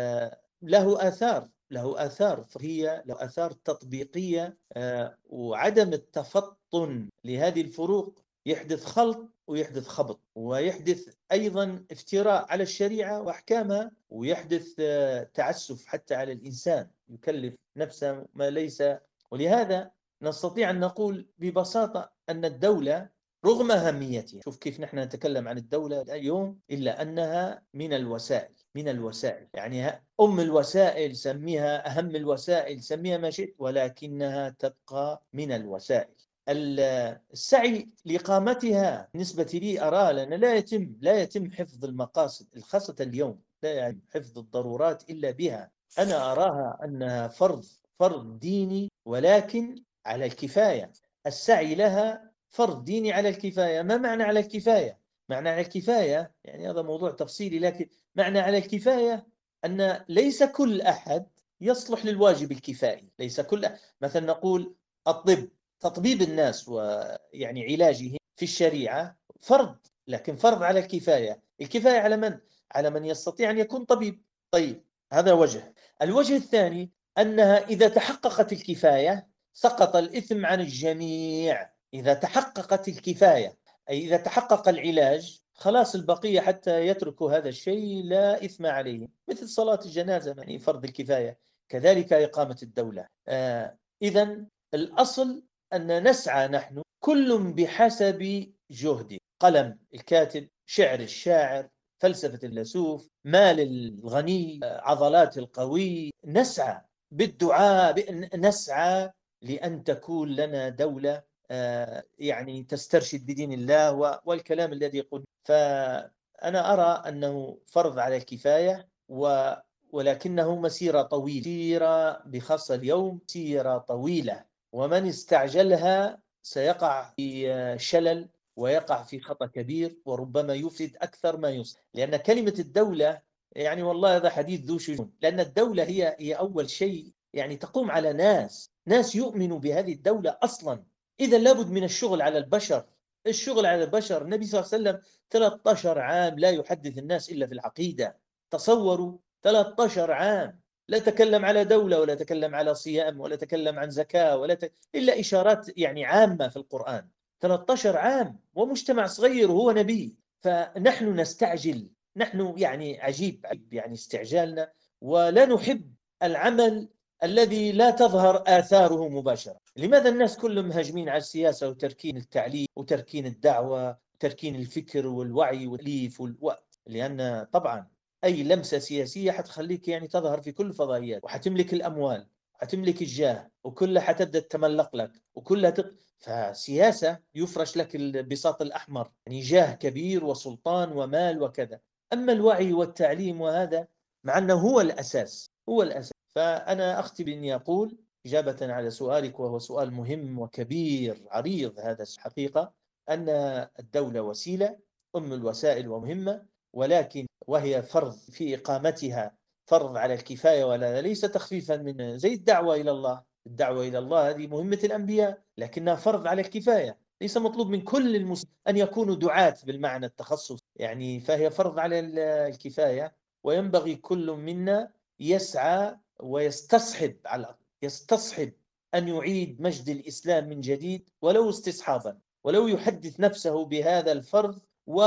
له آثار فقهية، له آثار تطبيقية، وعدم التفطن لهذه الفروق يحدث خلط ويحدث خبط، ويحدث أيضا افتراء على الشريعة وأحكامها، ويحدث تعسف حتى على الإنسان، يكلف نفسه ما ليس. ولهذا نستطيع أن نقول ببساطة أن الدولة رغم أهميتها، شوف كيف نحن نتكلم عن الدولة اليوم، إلا أنها من الوسائل، من الوسائل، يعني أم الوسائل سميها، أهم الوسائل سميها ما شئت، ولكنها تبقى من الوسائل. السعي لإقامتها بالنسبة لي أرى لأن لا يتم حفظ المقاصد خاصة اليوم، لا يتم حفظ الضرورات إلا بها. أنا أراها أنها فرض ديني، ولكن على الكفاية. السعي لها فرض ديني على الكفاية. ما معنى على الكفاية؟ معنى على الكفاية يعني هذا موضوع تفصيلي، لكن معنى على الكفاية أن ليس كل أحد يصلح للواجب الكفائي. ليس كل مثلا نقول الطب، تطبيب الناس ويعني علاجهم في الشريعة فرض، لكن فرض على الكفاية. الكفاية على من؟ على من يستطيع أن يكون طبيب. طيب هذا وجه. الوجه الثاني أنها إذا تحققت الكفاية سقط الإثم عن الجميع. إذا تحققت الكفاية أي إذا تحقق العلاج خلاص البقية حتى يتركوا هذا الشيء لا إثم عليهم، مثل صلاة الجنازة يعني فرض الكفاية، كذلك إقامة الدولة. إذن الأصل أن نسعى نحن كل بحسب جهده، قلم الكاتب، شعر الشاعر، فلسفة الفيلسوف، مال الغني، عضلات القوي. نسعى بالدعاء، نسعى لأن تكون لنا دولة يعني تسترشد بدين الله والكلام الذي يقول. فأنا أرى أنه فرض على الكفاية، ولكنه مسيرة طويلة، مسيرة بخاصة اليوم مسيرة طويلة، ومن استعجلها سيقع في شلل ويقع في خطأ كبير، وربما يفسد أكثر ما يصلح. لأن كلمة الدولة يعني والله هذا حديث ذو شجون، لأن الدولة هي أول شيء يعني تقوم على ناس يؤمنوا بهذه الدولة أصلا. إذا لابد من الشغل على البشر. الشغل على البشر، النبي صلى الله عليه وسلم 13 عام لا يحدث الناس إلا في العقيدة. تصوروا 13 عام لا تكلم على دولة، ولا تكلم على صيام، ولا تكلم عن زكاة، إلا إشارات يعني عامة في القرآن. 13 عام ومجتمع صغير وهو نبي. فنحن نستعجل، نحن يعني عجيب يعني استعجالنا، ولا نحب العمل الذي لا تظهر آثاره مباشرة. لماذا الناس كلهم هاجمين على السياسة وتركين التعليم وتركين الدعوة وتركين الفكر والوعي والتأليف والوقت؟ لأن طبعا أي لمسة سياسية حتخليك يعني تظهر في كل الفضائيات، وحتملك الأموال، حتملك الجاه، وكلها حتبدأ تملق لك، وكلها فسياسة يفرش لك البساط الأحمر، يعني جاه كبير وسلطان ومال وكذا. أما الوعي والتعليم وهذا مع أنه هو الأساس، هو الأساس. فأنا أختي بإني أقول إجابة على سؤالك، وهو سؤال مهم وكبير عريض هذا الحقيقة، أن الدولة وسيلة، أم الوسائل ومهمة، ولكن وهي فرض في إقامتها، فرض على الكفاية، ولا ليس تخفيفا من زي الدعوة إلى الله. الدعوة إلى الله هذه مهمة الأنبياء، لكنها فرض على الكفاية. ليس مطلوب من كل المسلمين أن يكونوا دعاة بالمعنى التخصص يعني، فهي فرض على الكفاية. وينبغي كل منا يسعى ويستصحب، على الأقل يستصحب أن يعيد مجد الإسلام من جديد، ولو استصحابا، ولو يحدث نفسه بهذا الفرض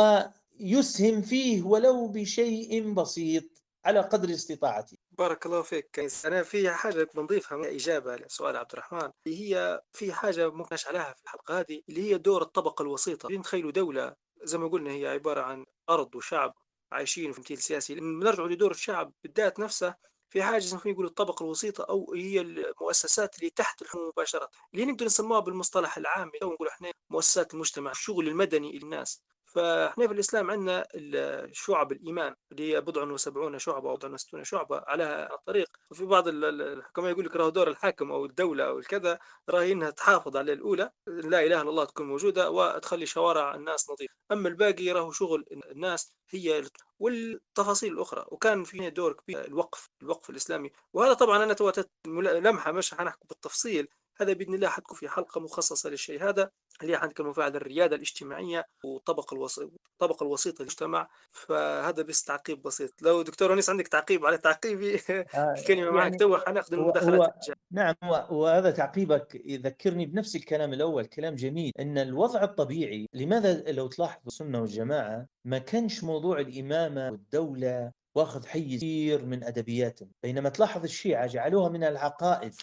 ويسهم فيه ولو بشيء بسيط على قدر استطاعته. بارك الله فيك. أنا في حاجة بنضيفها من إجابة لسؤال عبد الرحمن، اللي هي في حاجة ممكن عليها في الحلقة هذه، اللي هي دور الطبقة الوسيطة. نتخيلوا دولة زي ما قلنا هي عبارة عن أرض وشعب عايشين في تمثيل سياسي، نرجع لدور الشعب بالذات نفسه في حاجة زي ما يقولوا الطبقة الوسيطة، أو هي المؤسسات اللي تحت الحكومة مباشرة، اللي نقدر نسموها بالمصطلح العام أو نقول إحنا مؤسسات المجتمع، الشغل المدني للناس. فاحنا في الإسلام عندنا شعب الإيمان اللي هي بضع وسبعون شعبة أو بضع وستون شعبة على الطريق. وفي بعض الحكماء يقول لك راه دور الحاكم أو الدولة أو الكذا راهي إنها تحافظ على الأولى، لا إله إلا الله تكون موجودة وتخلي شوارع الناس نظيفة. أما الباقي راهو شغل الناس هي والتفاصيل الأخرى. وكان في دور كبير الوقف الإسلامي، وهذا طبعا أنا تواتت لمحة مش حنحكي بالتفصيل، هذا بإذن الله حتكون في حلقة مخصصة للشيء هذا. اللي عندك المفاعل الريادة الاجتماعية والطبقة الوسيطة للمجتمع. فهذا بس تعقيب بسيط. لو دكتور أنيس عندك تعقيب على تعقيبي الكلمة معك، يعني تو حناخذ هو المداخلات هو الجاية. نعم، وهذا تعقيبك يذكرني بنفس الكلام الأول، كلام جميل. أن الوضع الطبيعي، لماذا لو تلاحظ السنة والجماعة ما كانش موضوع الإمامة والدولة واخذ حيز كثير من أدبياتهم، بينما تلاحظ الشيعة جعلوها من العقائد،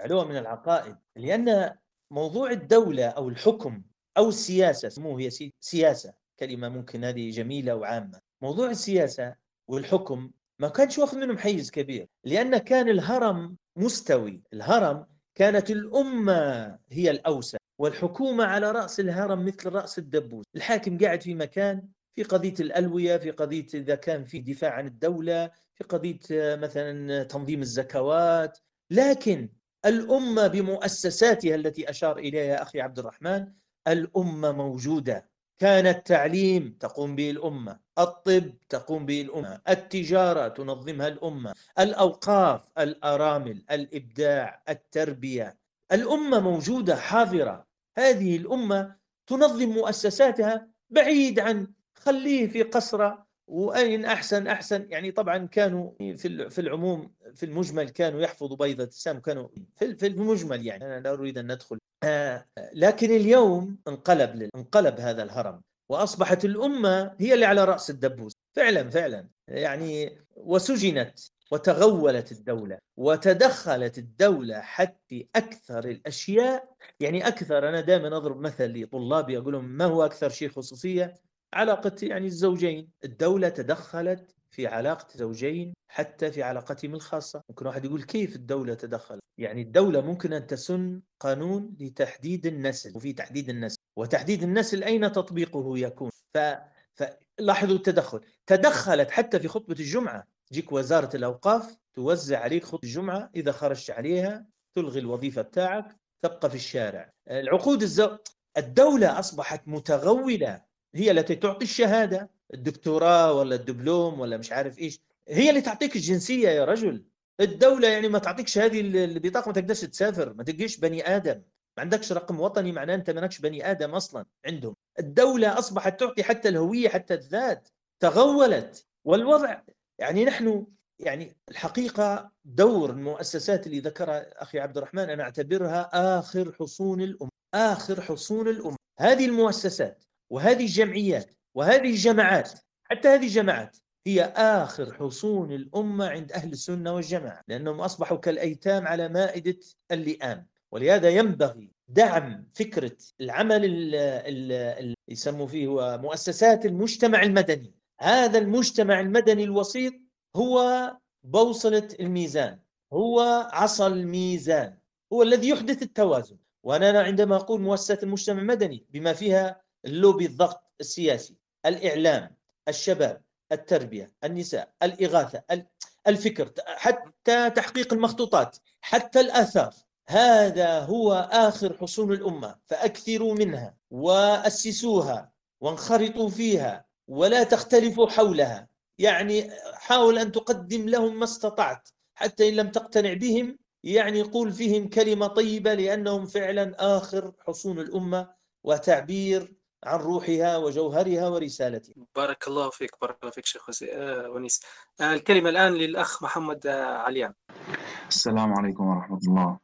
لأن موضوع الدولة أو الحكم أو السياسة، سموه هي سياسة، كلمة ممكن هذه جميلة وعامة. موضوع السياسة والحكم ما كانش واخذ منهم حيز كبير، لأن كان الهرم مستوي. الهرم كانت الأمة هي الأوسع، والحكومة على رأس الهرم مثل رأس الدبوس. الحاكم قاعد في مكان، في قضية الألوية، في قضية إذا كان في دفاع عن الدولة، في قضية مثلا تنظيم الزكوات. لكن الأمة بمؤسساتها التي أشار إليها أخي عبد الرحمن، الأمة موجودة. كان التعليم تقوم به الأمة، الطب تقوم به الأمة، التجارة تنظمها الأمة، الأوقاف، الأرامل، الإبداع، التربية. الأمة موجودة حاضرة. هذه الأمة تنظم مؤسساتها بعيد عن خليه في قصرة، وأين أحسن. يعني طبعا كانوا في العموم في المجمل كانوا يحفظوا بيضة السام، كانوا في المجمل، يعني أنا لا أريد أن ندخل. لكن اليوم انقلب هذا الهرم، وأصبحت الأمة هي اللي على رأس الدبوس فعلا يعني. وسجنت وتغولت الدولة وتدخلت الدولة حتى أكثر الأشياء. يعني أكثر، أنا دائما أضرب مثل لطلابي أقول لهم ما هو أكثر شيء خصوصية؟ علاقة يعني الزوجين. الدولة تدخلت في علاقة زوجين حتى في علاقتهم الخاصة. ممكن واحد يقول كيف الدولة تدخل؟ يعني الدولة ممكن أن تسن قانون لتحديد النسل، وفي تحديد النسل، وتحديد النسل أين تطبيقه يكون. فلاحظوا التدخل. تدخلت حتى في خطبة الجمعة، تجيك وزارة الأوقاف توزع عليك خطبة الجمعة، إذا خرجت عليها تلغي الوظيفة بتاعك، تبقى في الشارع. العقود الدولة أصبحت متغولة، هي التي تعطي الشهادة، الدكتوراه ولا الدبلوم ولا مش عارف إيش، هي اللي تعطيك الجنسية يا رجل. الدولة يعني ما تعطيكش هذه البطاقة ما تقدرش تسافر، ما تلقيش بني آدم، ما عندكش رقم وطني، معناه أنت ما لكش بني آدم أصلا عندهم. الدولة أصبحت تعطي حتى الهوية، حتى الذات، تغولت. والوضع يعني نحن يعني الحقيقة دور المؤسسات اللي ذكرها أخي عبد الرحمن أنا أعتبرها آخر حصون الأمة. هذه المؤسسات وهذه الجمعيات وهذه الجماعات، حتى هذه الجماعات هي آخر حصون الأمة عند أهل السنة والجماعة، لأنهم أصبحوا كالأيتام على مائدة اللئام. ولهذا ينبغي دعم فكرة العمل اللي يسموا فيه هو مؤسسات المجتمع المدني. هذا المجتمع المدني الوسيط هو بوصلة الميزان، هو عصا الميزان، هو الذي يحدث التوازن. وأنا عندما أقول مؤسسات المجتمع المدني بما فيها اللوبي، الضغط السياسي، الإعلام، الشباب، التربية، النساء، الإغاثة، الفكر، حتى تحقيق المخطوطات، حتى الآثار، هذا هو آخر حصون الأمة. فأكثروا منها وأسسوها وانخرطوا فيها ولا تختلفوا حولها. يعني حاول أن تقدم لهم ما استطعت، حتى إن لم تقتنع بهم يعني قول فيهم كلمة طيبة، لأنهم فعلا آخر حصون الأمة وتعبير عن روحها وجوهرها ورسالتها. بارك الله فيك شيخ ونيس. الكلمة الآن للأخ محمد عليان. السلام عليكم ورحمة الله.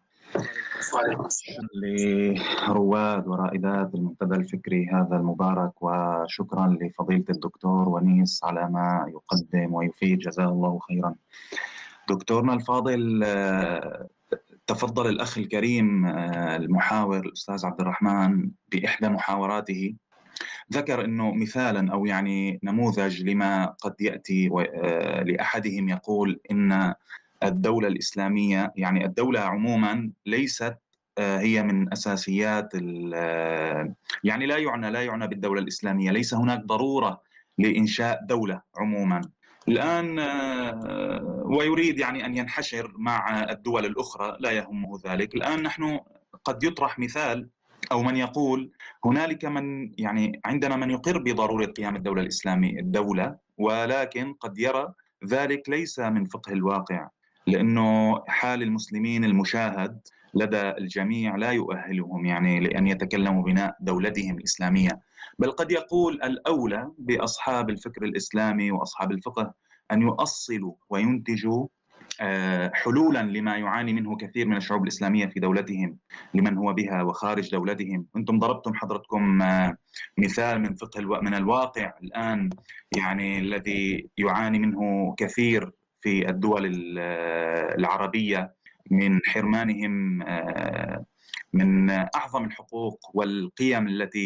لرواد ورائدات المنتدى الفكري هذا المبارك، وشكرا لفضيلة الدكتور ونيس على ما يقدم ويفيد، جزاه الله خيرا. دكتورنا الفاضل، تفضل الأخ الكريم المحاور الأستاذ عبد الرحمن بإحدى محاوراته ذكر أنه مثالا أو يعني نموذج لما قد يأتي لأحدهم يقول إن الدولة الإسلامية، يعني الدولة عموما ليست هي من أساسيات، يعني لا يعنى بالدولة الإسلامية، ليس هناك ضرورة لإنشاء دولة عموما الآن، ويريد يعني أن ينحشر مع الدول الأخرى، لا يهمه ذلك. الآن نحن قد يطرح مثال أو من يقول هنالك من يعني عندنا من يقر بضرورة قيام الدولة الإسلامية الدولة، ولكن قد يرى ذلك ليس من فقه الواقع، لأنه حال المسلمين المشاهد لدى الجميع لا يؤهلهم يعني لأن يتكلموا بناء دولتهم الإسلامية. بل قد يقول الأولى بأصحاب الفكر الإسلامي وأصحاب الفقه أن يؤصلوا وينتجوا حلولا لما يعاني منه كثير من الشعوب الإسلامية في دولتهم لمن هو بها وخارج دولتهم. أنتم ضربتم حضرتكم مثال من من الواقع الآن يعني الذي يعاني منه كثير في الدول العربية من حرمانهم من أعظم الحقوق والقيم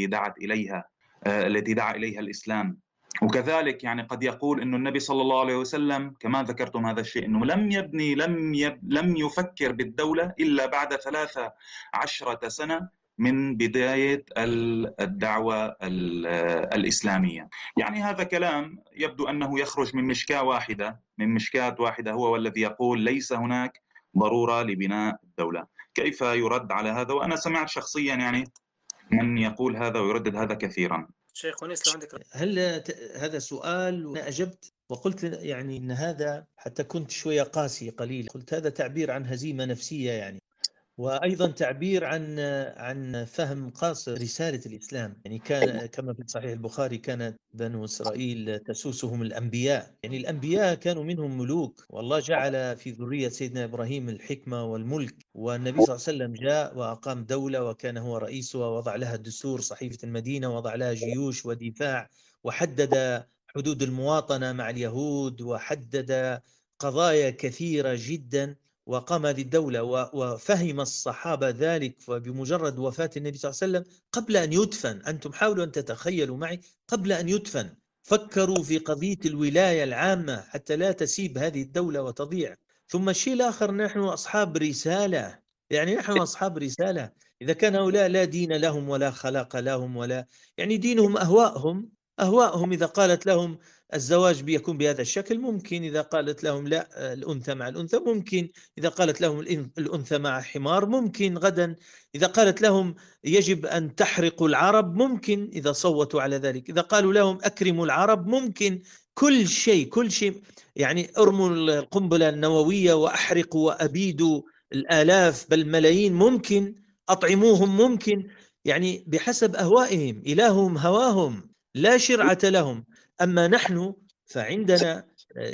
التي دعا إليها الإسلام. وكذلك يعني قد يقول إنه النبي صلى الله عليه وسلم كما ذكرتم هذا الشيء إنه لم يفكر بالدولة إلا بعد 13 سنة من بداية الدعوة الإسلامية. يعني هذا كلام يبدو أنه يخرج من مشكاة واحدة هو والذي يقول ليس هناك ضرورة لبناء الدولة. كيف يرد على هذا؟ وأنا سمعت شخصيا يعني من يقول هذا ويردد هذا كثيرا. شيخ ونيس لو عندك. هذا سؤال وأنا أجبت وقلت يعني إن هذا، حتى كنت شوية قاسي قليل، قلت هذا تعبير عن هزيمة نفسية يعني، وأيضا تعبير عن فهم قاصر رسالة الإسلام. يعني كان كما في صحيح البخاري كانت بنو إسرائيل تسوسهم الأنبياء، يعني الأنبياء كانوا منهم ملوك، والله جعل في ذرية سيدنا إبراهيم الحكمة والملك، والنبي صلى الله عليه وسلم جاء وأقام دولة وكان هو رئيسها، ووضع لها الدستور صحيفة المدينة، ووضع لها جيوش ودفاع، وحدد حدود المواطنة مع اليهود، وحدد قضايا كثيرة جدا، وقام هذه الدولة. وفهم الصحابة ذلك، فبمجرد وفاة النبي صلى الله عليه وسلم قبل أن يدفن، أنتم حاولوا أن تتخيلوا معي، قبل أن يدفن فكروا في قضية الولاية العامة حتى لا تسيب هذه الدولة وتضيع. ثم الشيء الآخر، نحن أصحاب رسالة، يعني نحن أصحاب رسالة. إذا كان هؤلاء لا دين لهم ولا خلاق لهم ولا يعني دينهم أهواءهم، إذا قالت لهم الزواج بيكون بهذا الشكل ممكن، إذا قالت لهم لا الأنثى مع الأنثى ممكن، إذا قالت لهم الأنثى مع حمار ممكن غدا، إذا قالت لهم يجب أن تحرقوا العرب ممكن إذا صوتوا على ذلك، إذا قالوا لهم أكرموا العرب ممكن، كل شيء يعني ارموا القنبلة النووية وأحرقوا وأبيدوا الآلاف بل ملايين ممكن، أطعموهم ممكن، يعني بحسب أهوائهم، إلههم هواهم لا شرعة لهم. أما نحن فعندنا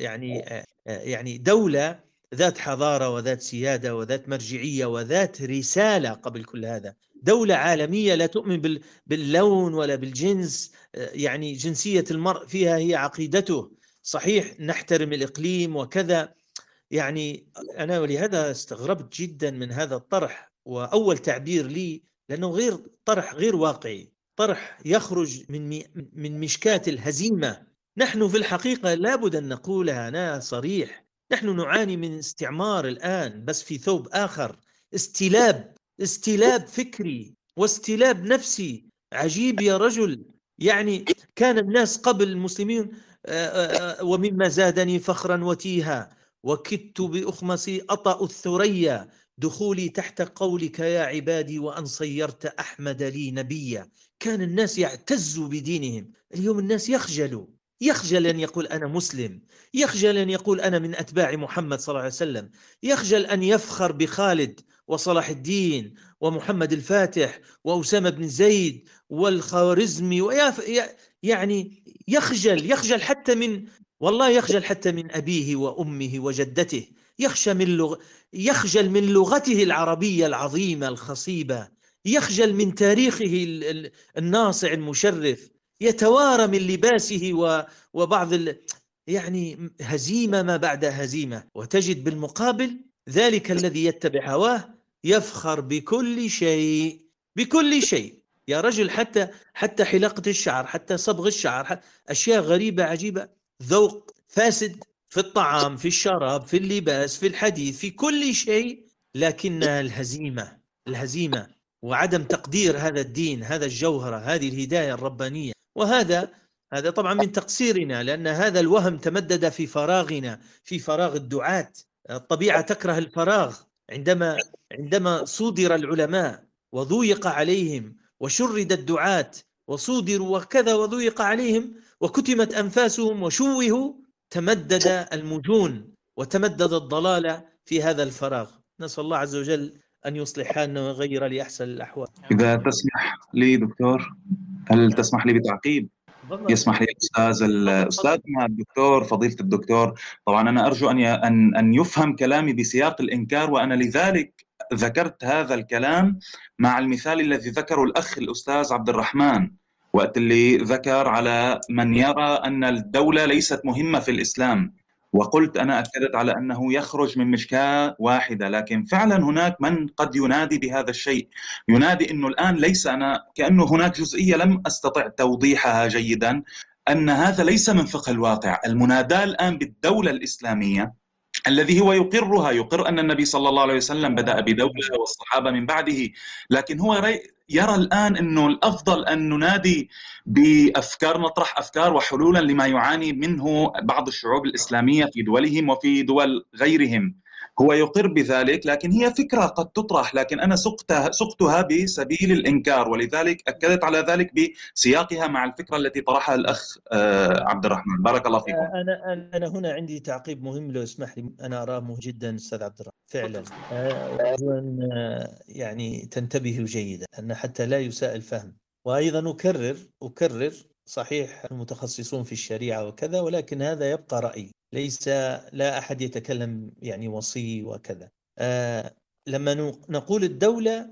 يعني دولة ذات حضارة وذات سيادة وذات مرجعية وذات رسالة قبل كل هذا، دولة عالمية لا تؤمن باللون ولا بالجنس، يعني جنسية المرء فيها هي عقيدته، صحيح نحترم الإقليم وكذا. يعني أنا ولهذا استغربت جدا من هذا الطرح، وأول تعبير لي لأنه طرح غير واقعي، طرح يخرج من مشكاة الهزيمة. نحن في الحقيقة لابد أن نقولها، أنا صريح، نحن نعاني من استعمار الآن بس في ثوب آخر، استلاب فكري واستلاب نفسي عجيب يا رجل. يعني كان الناس قبل المسلمين ومما زادني فخرا وتيها وكدت بأخمصي أطأ الثريا دخولي تحت قولك يا عبادي وأن صيرت أحمد لي نبيا. كان الناس يعتزوا بدينهم، اليوم الناس يخجل أن يقول أنا مسلم، يخجل أن يقول أنا من أتباع محمد صلى الله عليه وسلم، يخجل أن يفخر بخالد وصلاح الدين ومحمد الفاتح وأسامة بن زيد والخوارزمي، يعني يخجل حتى من، والله يخجل حتى من أبيه وأمه وجدته، يخجل من لغته العربية العظيمة الخصيبة، يخجل من تاريخه الناصع المشرف، يتوارى من لباسه وبعض يعني هزيمة ما بعد هزيمة. وتجد بالمقابل ذلك الذي يتبع هواه يفخر بكل شيء يا رجل، حتى حلاقة الشعر، حتى صبغ الشعر، أشياء غريبة عجيبة، ذوق فاسد في الطعام، في الشراب، في اللباس، في الحديث، في كل شيء، لكنها الهزيمة وعدم تقدير هذا الدين، هذا الجوهرة، هذه الهداية الربانية. وهذا طبعا من تقصيرنا، لأن هذا الوهم تمدد في فراغنا، في فراغ الدعاة. الطبيعة تكره الفراغ. عندما صودر العلماء وضيق عليهم وشرد الدعاة وصودروا وكذا وضيق عليهم وكتمت أنفاسهم وشوهوا، تمدد المجون وتمدد الضلال في هذا الفراغ. نسأل الله عز وجل أن يصلح حالنا ويغير لأحسن الأحوال. إذا تسمح لي دكتور، هل تسمح لي بتعقيب؟ يسمح لي أستاذنا الدكتور، فضيلة الدكتور. طبعا أنا أرجو أن يفهم كلامي بسياق الإنكار، وأنا لذلك ذكرت هذا الكلام مع المثال الذي ذكره الأخ الأستاذ عبد الرحمن، وقت اللي ذكر على من يرى أن الدولة ليست مهمة في الإسلام، وقلت أنا أكدت على أنه يخرج من مشكاة واحدة، لكن فعلا هناك من قد ينادي بهذا الشيء، ينادي أنه الآن ليس أنا، كأنه هناك جزئية لم أستطع توضيحها جيدا، أن هذا ليس من فقه الواقع. المناداة الآن بالدولة الإسلامية الذي هو يقرها، يقر أن النبي صلى الله عليه وسلم بدأ بدولة والصحابة من بعده، لكن هو يرى الآن أنه الأفضل أن ننادي بأفكار، نطرح أفكار وحلولا لما يعاني منه بعض الشعوب الإسلامية في دولهم وفي دول غيرهم. هو يقر بذلك، لكن هي فكرة قد تطرح، لكن أنا سقتها بسبيل الإنكار، ولذلك أكدت على ذلك بسياقها مع الفكرة التي طرحها الأخ عبد الرحمن. بارك الله فيكم. أنا هنا عندي تعقيب مهم لو اسمح لي، أنا أراه مهم جدا أستاذ عبد الرحمن فعلا، وأرجو أن يعني تنتبهوا جيدا أن حتى لا يساء الفهم. وأيضا أكرر صحيح المتخصصون في الشريعة وكذا، ولكن هذا يبقى رأي، ليس لا أحد يتكلم يعني وصي وكذا. لما نقول الدولة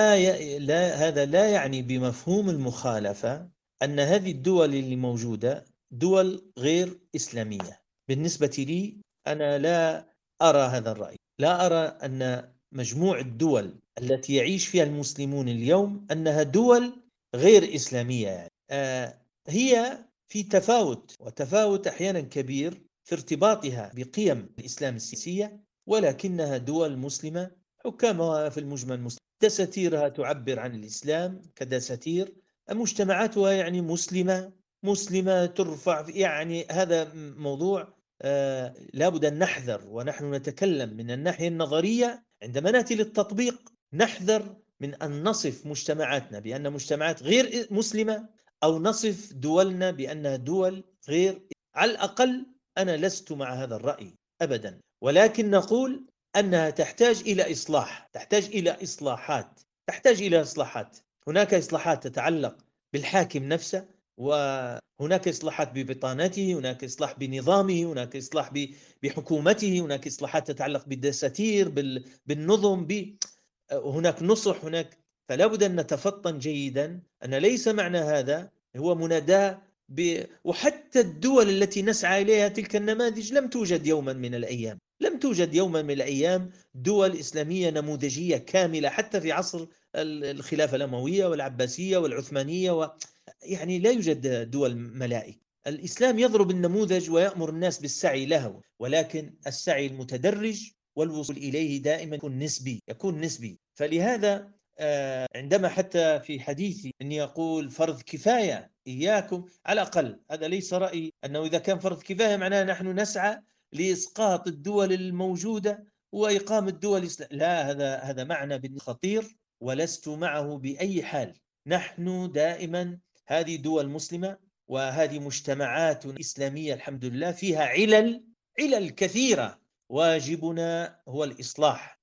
هذا لا يعني بمفهوم المخالفة أن هذه الدول اللي موجودة دول غير إسلامية. بالنسبة لي أنا لا أرى هذا الرأي، لا أرى أن مجموع الدول التي يعيش فيها المسلمون اليوم أنها دول غير إسلامية يعني. هي في تفاوت أحيانا كبير في ارتباطها بقيم الإسلام السياسية، ولكنها دول مسلمة، حكامها في المجمل مسلم، دساتيرها تعبر عن الإسلام كدساتير، مجتمعاتها يعني مسلمة ترفع، يعني هذا موضوع لابد أن نحذر، ونحن نتكلم من الناحية النظرية. عندما نأتي للتطبيق نحذر من أن نصف مجتمعاتنا بأن مجتمعات غير مسلمة، أو نصف دولنا بأنها دول غير. على الأقل أنا لست مع هذا الرأي أبدا، ولكن نقول أنها تحتاج إلى إصلاح، تحتاج إلى إصلاحات. هناك إصلاحات تتعلق بالحاكم نفسه، وهناك إصلاحات ببطانته، هناك إصلاح بنظامه، هناك إصلاح بحكومته، هناك إصلاحات تتعلق بالدساتير، بالنظم، هناك نصح، فلا بد أن نتفطن جيدا أن ليس معنى هذا هو مناداة وحتى الدول التي نسعى إليها تلك النماذج لم توجد يوما من الأيام دول إسلامية نموذجية كاملة، حتى في عصر الخلافة الأموية والعباسية والعثمانية يعني لا يوجد دول ملائكة. الإسلام يضرب النموذج ويأمر الناس بالسعي له، ولكن السعي المتدرج والوصول إليه دائما يكون نسبي. فلهذا عندما حتى في حديثي أني أقول فرض كفاية إياكم، على الأقل هذا ليس رأيي أنه إذا كان فرض كفاية معناه نحن نسعى لإسقاط الدول الموجودة وإقامة دول الإسلام، لا، هذا معنى خطير ولست معه بأي حال. نحن دائما هذه دول مسلمة، وهذه مجتمعات إسلامية الحمد لله فيها علل كثيرة، واجبنا هو الإصلاح،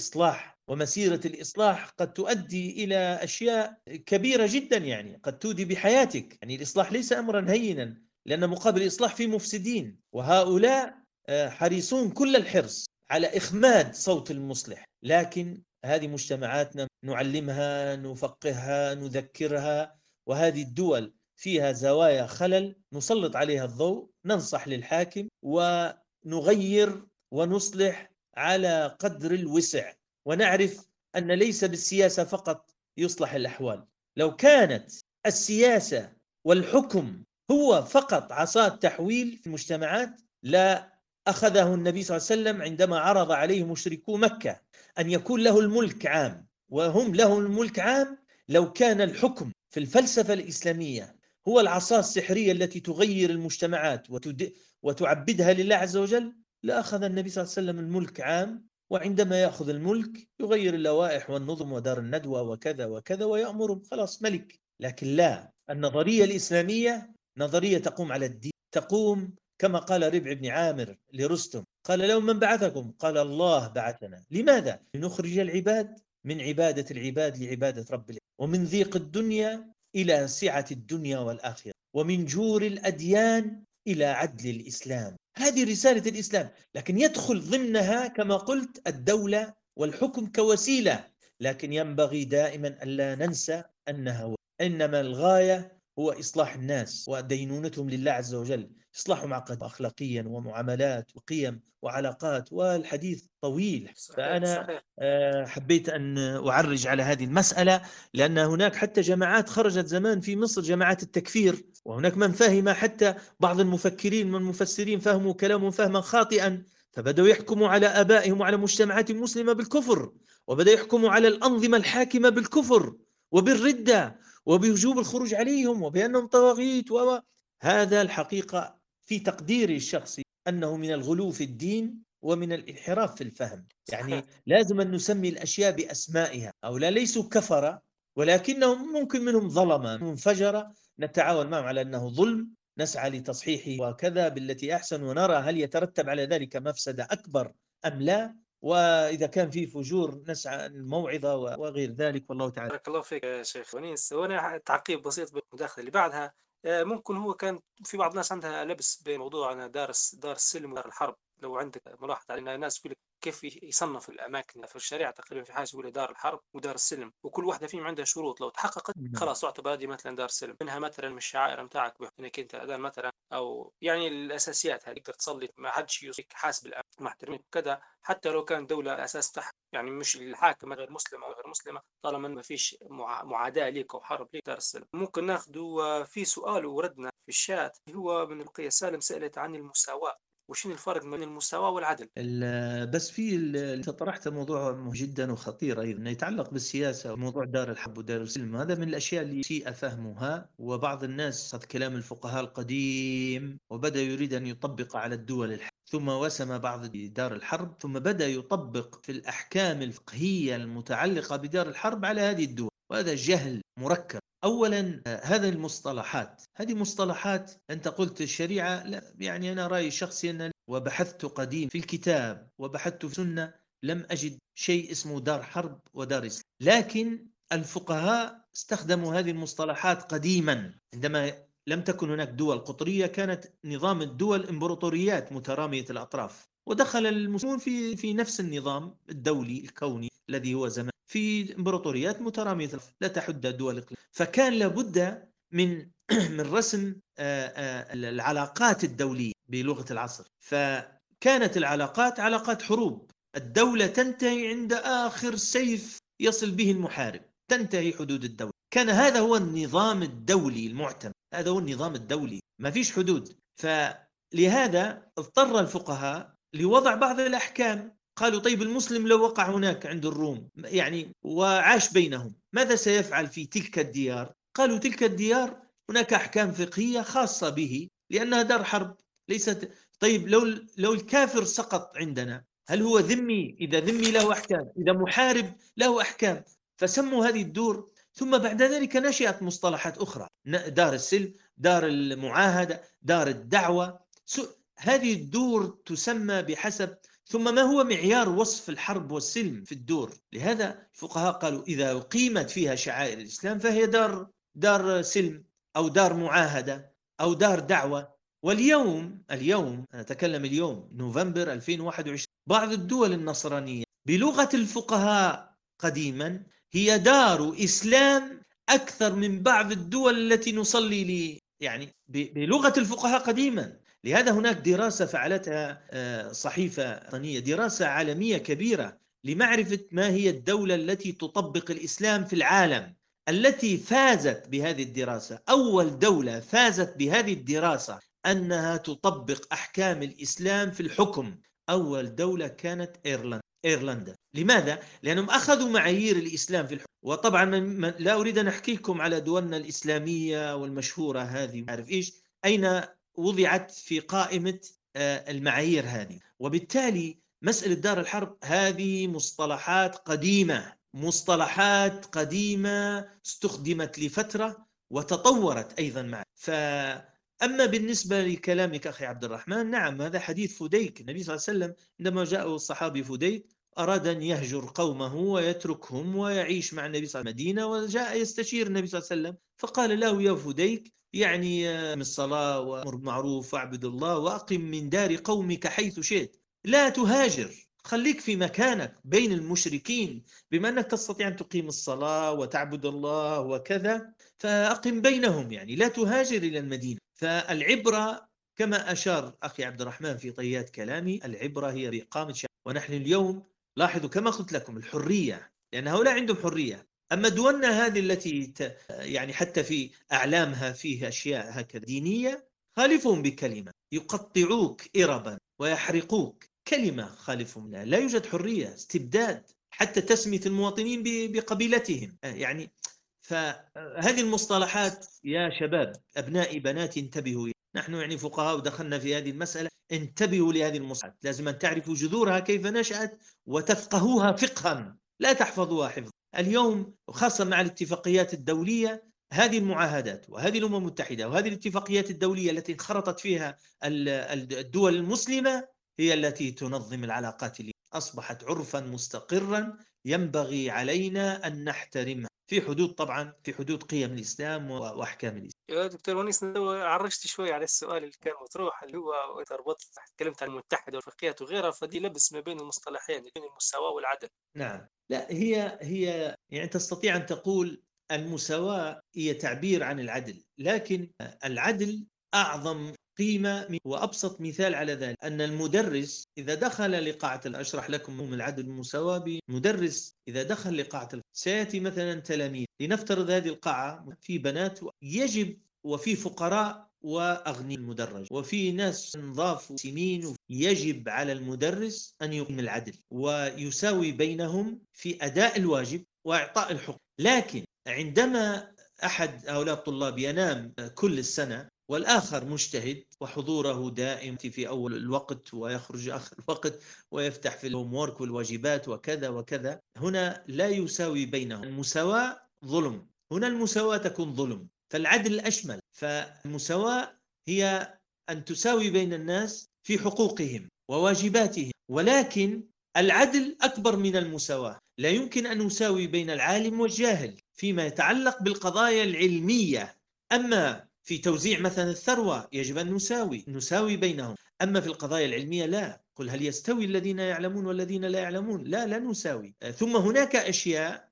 ومسيرة الإصلاح قد تؤدي إلى أشياء كبيرة جدا، يعني قد تودي بحياتك. يعني الإصلاح ليس أمرا هينا، لأن مقابل الإصلاح في مفسدين، وهؤلاء حريصون كل الحرص على إخماد صوت المصلح. لكن هذه مجتمعاتنا نعلمها، نفقهها، نذكرها، وهذه الدول فيها زوايا خلل نسلط عليها الضوء، ننصح للحاكم ونغير ونصلح على قدر الوسع، ونعرف أن ليس بالسياسة فقط يصلح الأحوال. لو كانت السياسة والحكم هو فقط عصا تحويل في المجتمعات لا أخذه النبي صلى الله عليه وسلم عندما عرض عليه مشركو مكة أن يكون له الملك عام، وهم له الملك عام. لو كان الحكم في الفلسفة الإسلامية هو العصا السحرية التي تغير المجتمعات وتعبدها لله عز وجل، لأخذ النبي صلى الله عليه وسلم الملك عام، وعندما يأخذ الملك يغير اللوائح والنظم ودار الندوة وكذا وكذا ويأمرهم، خلاص ملك. لكن لا، النظرية الإسلامية نظرية تقوم على الدين، تقوم كما قال ربع بن عامر لرستم، قال له من بعثكم؟ قال الله بعثنا. لماذا؟ لنخرج العباد من عبادة العباد لعبادة رب العباد، ومن ضيق الدنيا إلى سعة الدنيا والآخرة، ومن جور الأديان إلى عدل الإسلام. هذه رسالة الإسلام، لكن يدخل ضمنها كما قلت الدولة والحكم كوسيلة، لكن ينبغي دائما ألا ننسى أنها إنما الغاية هو إصلاح الناس ودينونتهم لله عز وجل، إصلاحهم أخلاقيا ومعاملات وقيم وعلاقات، والحديث طويل. صحيح فأنا صحيح. حبيت أن أعرج على هذه المسألة، لأن هناك حتى جماعات خرجت زمان في مصر، جماعات التكفير، وهناك من فهم، حتى بعض المفكرين والمفسرين فهموا كلامهم فهما خاطئا، فبدأوا يحكموا على آبائهم وعلى مجتمعات المسلمة بالكفر، وبدأوا يحكموا على الأنظمة الحاكمة بالكفر وبالردة وبوجوب الخروج عليهم وبأنهم طواغيت. هذا الحقيقة في تقديري الشخصي أنه من الغلو في الدين ومن الانحراف في الفهم. صحيح. يعني لازم أن نسمي الأشياء بأسمائها. هؤلاء ليسوا كفرة، ولكنهم ممكن منهم ظلمة منفجرة، نتعاون معهم على أنه ظلم، نسعى لتصحيحه وكذا بالتي أحسن، ونرى هل يترتب على ذلك مفسدة أكبر أم لا، وإذا كان في فجور نسعى الموعظة وغير ذلك، والله تعالى. بارك الله فيك يا شيخ ونيس. وانا تعقيب بسيط بالمداخله اللي بعدها. ممكن هو كان في بعض الناس عندها لبس بين موضوع أنا دار السلم ودار الحرب. لو عندك ملاحظة على أن الناس يقول لك كيف يصنف الأماكن في الشريعة، تقريبا في حاجة يقول دار الحرب ودار السلم، وكل واحدة فيهم عندها شروط، لو تحققت خلاص تعتبر هذه مثلا دار السلم. منها مثلا من الشعائر متاعك انك انت اذان مثلا، او يعني الاساسيات هذه تقدر تصلي، ما حدش يوصيك حاسب الامن مع احترامك كذا، حتى لو كان دولة اساس تحت يعني مش الحاكم غير مسلم او غير مسلمه، طالما ما فيش معاداه ليك او حرب ليك، دار السلم. ممكن ناخذ في سؤال وردنا في الشات، هو من رقية سالم، سألت عن المساواة، وشين الفرق بين المساواة والعدل؟ بس في انت طرحت موضوع مهم جدا وخطير ايضا يتعلق بالسياسه، وموضوع دار الحرب ودار السلم، هذا من الاشياء اللي سيء فهمها، وبعض الناس أخذ كلام الفقهاء القديم وبدا يريد ان يطبق على الدول الحرب، ثم وسم بعض دار الحرب، ثم بدا يطبق في الاحكام الفقهيه المتعلقه بدار الحرب على هذه الدول، وهذا جهل مركب. أولا هذه المصطلحات، هذه مصطلحات، أنت قلت الشريعة، لا يعني أنا رأيي الشخصي أن وبحثت قديم في الكتاب وبحثت في السنة، لم أجد شيء اسمه دار حرب ودار إسلام، لكن الفقهاء استخدموا هذه المصطلحات قديما عندما لم تكن هناك دول قطرية، كانت نظام الدول إمبراطوريات مترامية الأطراف، ودخل المسلمون في نفس النظام الدولي الكوني الذي هو زمان، في إمبراطوريات مترامية لا تحد دول إقليم، فكان لابد من رسم العلاقات الدولية بلغة العصر، فكانت العلاقات علاقات حروب، الدولة تنتهي عند آخر سيف يصل به المحارب، تنتهي حدود الدولة، كان هذا هو النظام الدولي المعتمد، هذا هو النظام الدولي، ما فيش حدود. فلهذا اضطر الفقهاء لوضع بعض الأحكام، قالوا طيب المسلم لو وقع هناك عند الروم يعني وعاش بينهم، ماذا سيفعل في تلك الديار؟ قالوا تلك الديار هناك أحكام فقهية خاصة به لأنها دار حرب ليست. طيب لو الكافر سقط عندنا، هل هو ذمي؟ إذا ذمي له أحكام، إذا محارب له أحكام، فسموا هذه الدور. ثم بعد ذلك نشأت مصطلحات أخرى، دار السلم، دار المعاهدة، دار الدعوة، هذه الدور تسمى بحسب. ثم ما هو معيار وصف الحرب والسلم في الدور؟ لهذا الفقهاء قالوا إذا أقيمت فيها شعائر الإسلام فهي دار سلم أو دار معاهدة أو دار دعوة. واليوم أتكلم اليوم نوفمبر 2021، بعض الدول النصرانية بلغة الفقهاء قديما هي دار إسلام أكثر من بعض الدول التي نصلي يعني بلغة الفقهاء قديما. لهذا هناك دراسة فعلتها صحيفة وطنية، دراسة عالمية كبيرة لمعرفة ما هي الدولة التي تطبق الإسلام في العالم، التي فازت بهذه الدراسة، أول دولة فازت بهذه الدراسة أنها تطبق أحكام الإسلام في الحكم، أول دولة كانت إيرلندا. لماذا؟ لأنهم أخذوا معايير الإسلام في الحكم. وطبعا لا أريد أن أحكي لكم على دولنا الإسلامية والمشهورة هذه، عارف إيش أين وضعت في قائمة المعايير هذه. وبالتالي مسألة دار الحرب هذه مصطلحات قديمة استخدمت لفترة وتطورت أيضا معه. أما بالنسبة لكلامك أخي عبد الرحمن، نعم هذا حديث فديك، النبي صلى الله عليه وسلم عندما جاءه الصحابي فديك أراد أن يهجر قومه ويتركهم ويعيش مع النبي صلى الله عليه وسلم المدينة، وجاء يستشير النبي صلى الله عليه وسلم فقال له: يا فديك، يعني أقم الصلاة وأمر بالمعروف واعبد الله وأقم من دار قومك حيث شئت، لا تهاجر، خليك في مكانك بين المشركين، بما أنك تستطيع أن تقيم الصلاة وتعبد الله وكذا، فأقم بينهم، يعني لا تهاجر إلى المدينة. فالعبرة كما أشار أخي عبد الرحمن في طيات كلامي، العبرة هي بإقامة شعب. ونحن اليوم لاحظوا كما قلت لكم الحرية، لأن هؤلاء عندهم حرية. أما دولنا هذه التي يعني حتى في أعلامها فيه أشياء هكذا دينية، خالفهم بكلمة يقطعوك إربا ويحرقوك، كلمة خالفهم، لا يوجد حرية، استبداد، حتى تسمية المواطنين بقبيلتهم يعني. فهذه المصطلحات يا شباب، أبنائي بناتي، انتبهوا. نحن يعني فقهاء ودخلنا في هذه المسألة، انتبهوا لهذه المصطلحات، لازم أن تعرفوا جذورها كيف نشأت وتفقهوها فقها، لا تحفظوها حفظا. اليوم خاصة مع الاتفاقيات الدولية، هذه المعاهدات وهذه الأمم المتحدة وهذه الاتفاقيات الدولية التي انخرطت فيها الدول المسلمة هي التي تنظم العلاقات، اللي أصبحت عرفا مستقرا ينبغي علينا أن نحترمها في حدود، طبعا في حدود قيم الإسلام وأحكام الإسلام. يا دكتور ونيس، عرجت شوي على السؤال اللي كان مطروح، اللي هو تربطت، تكلمت عن المتحدة والفقهيات وغيرها، فدي لبس ما بين المصطلحين، بين المساواة والعدل. نعم، لا، هي يعني تستطيع أن تقول المساواة هي تعبير عن العدل، لكن العدل أعظم قيمة. وأبسط مثال على ذلك أن المدرس إذا دخل لقاعة، أشرح لكم من العدل والمساواة. بمدرس إذا دخل لقاعة سيأتي مثلا تلاميذ، لنفترض هذه القاعة في بنات، يجب، وفي فقراء وأغنياء المدرج، وفي ناس نضاف سمين، يجب على المدرس أن يقيم العدل ويساوي بينهم في أداء الواجب وإعطاء الحقوق. لكن عندما أحد هؤلاء الطلاب ينام كل السنة والآخر مجتهد وحضوره دائم في أول الوقت ويخرج آخر الوقت ويفتح في الهوم وورك والواجبات وكذا وكذا، هنا لا يساوي بينهم. المساواة ظلم، هنا المساواة تكون ظلم، فالعدل أشمل. فالمساواة هي أن تساوي بين الناس في حقوقهم وواجباتهم، ولكن العدل أكبر من المساواة. لا يمكن أن نساوي بين العالم والجاهل فيما يتعلق بالقضايا العلمية. أما في توزيع مثلا الثروة يجب أن نساوي بينهم، أما في القضايا العلمية لا. قل هل يستوي الذين يعلمون والذين لا يعلمون؟ لا نساوي. ثم هناك أشياء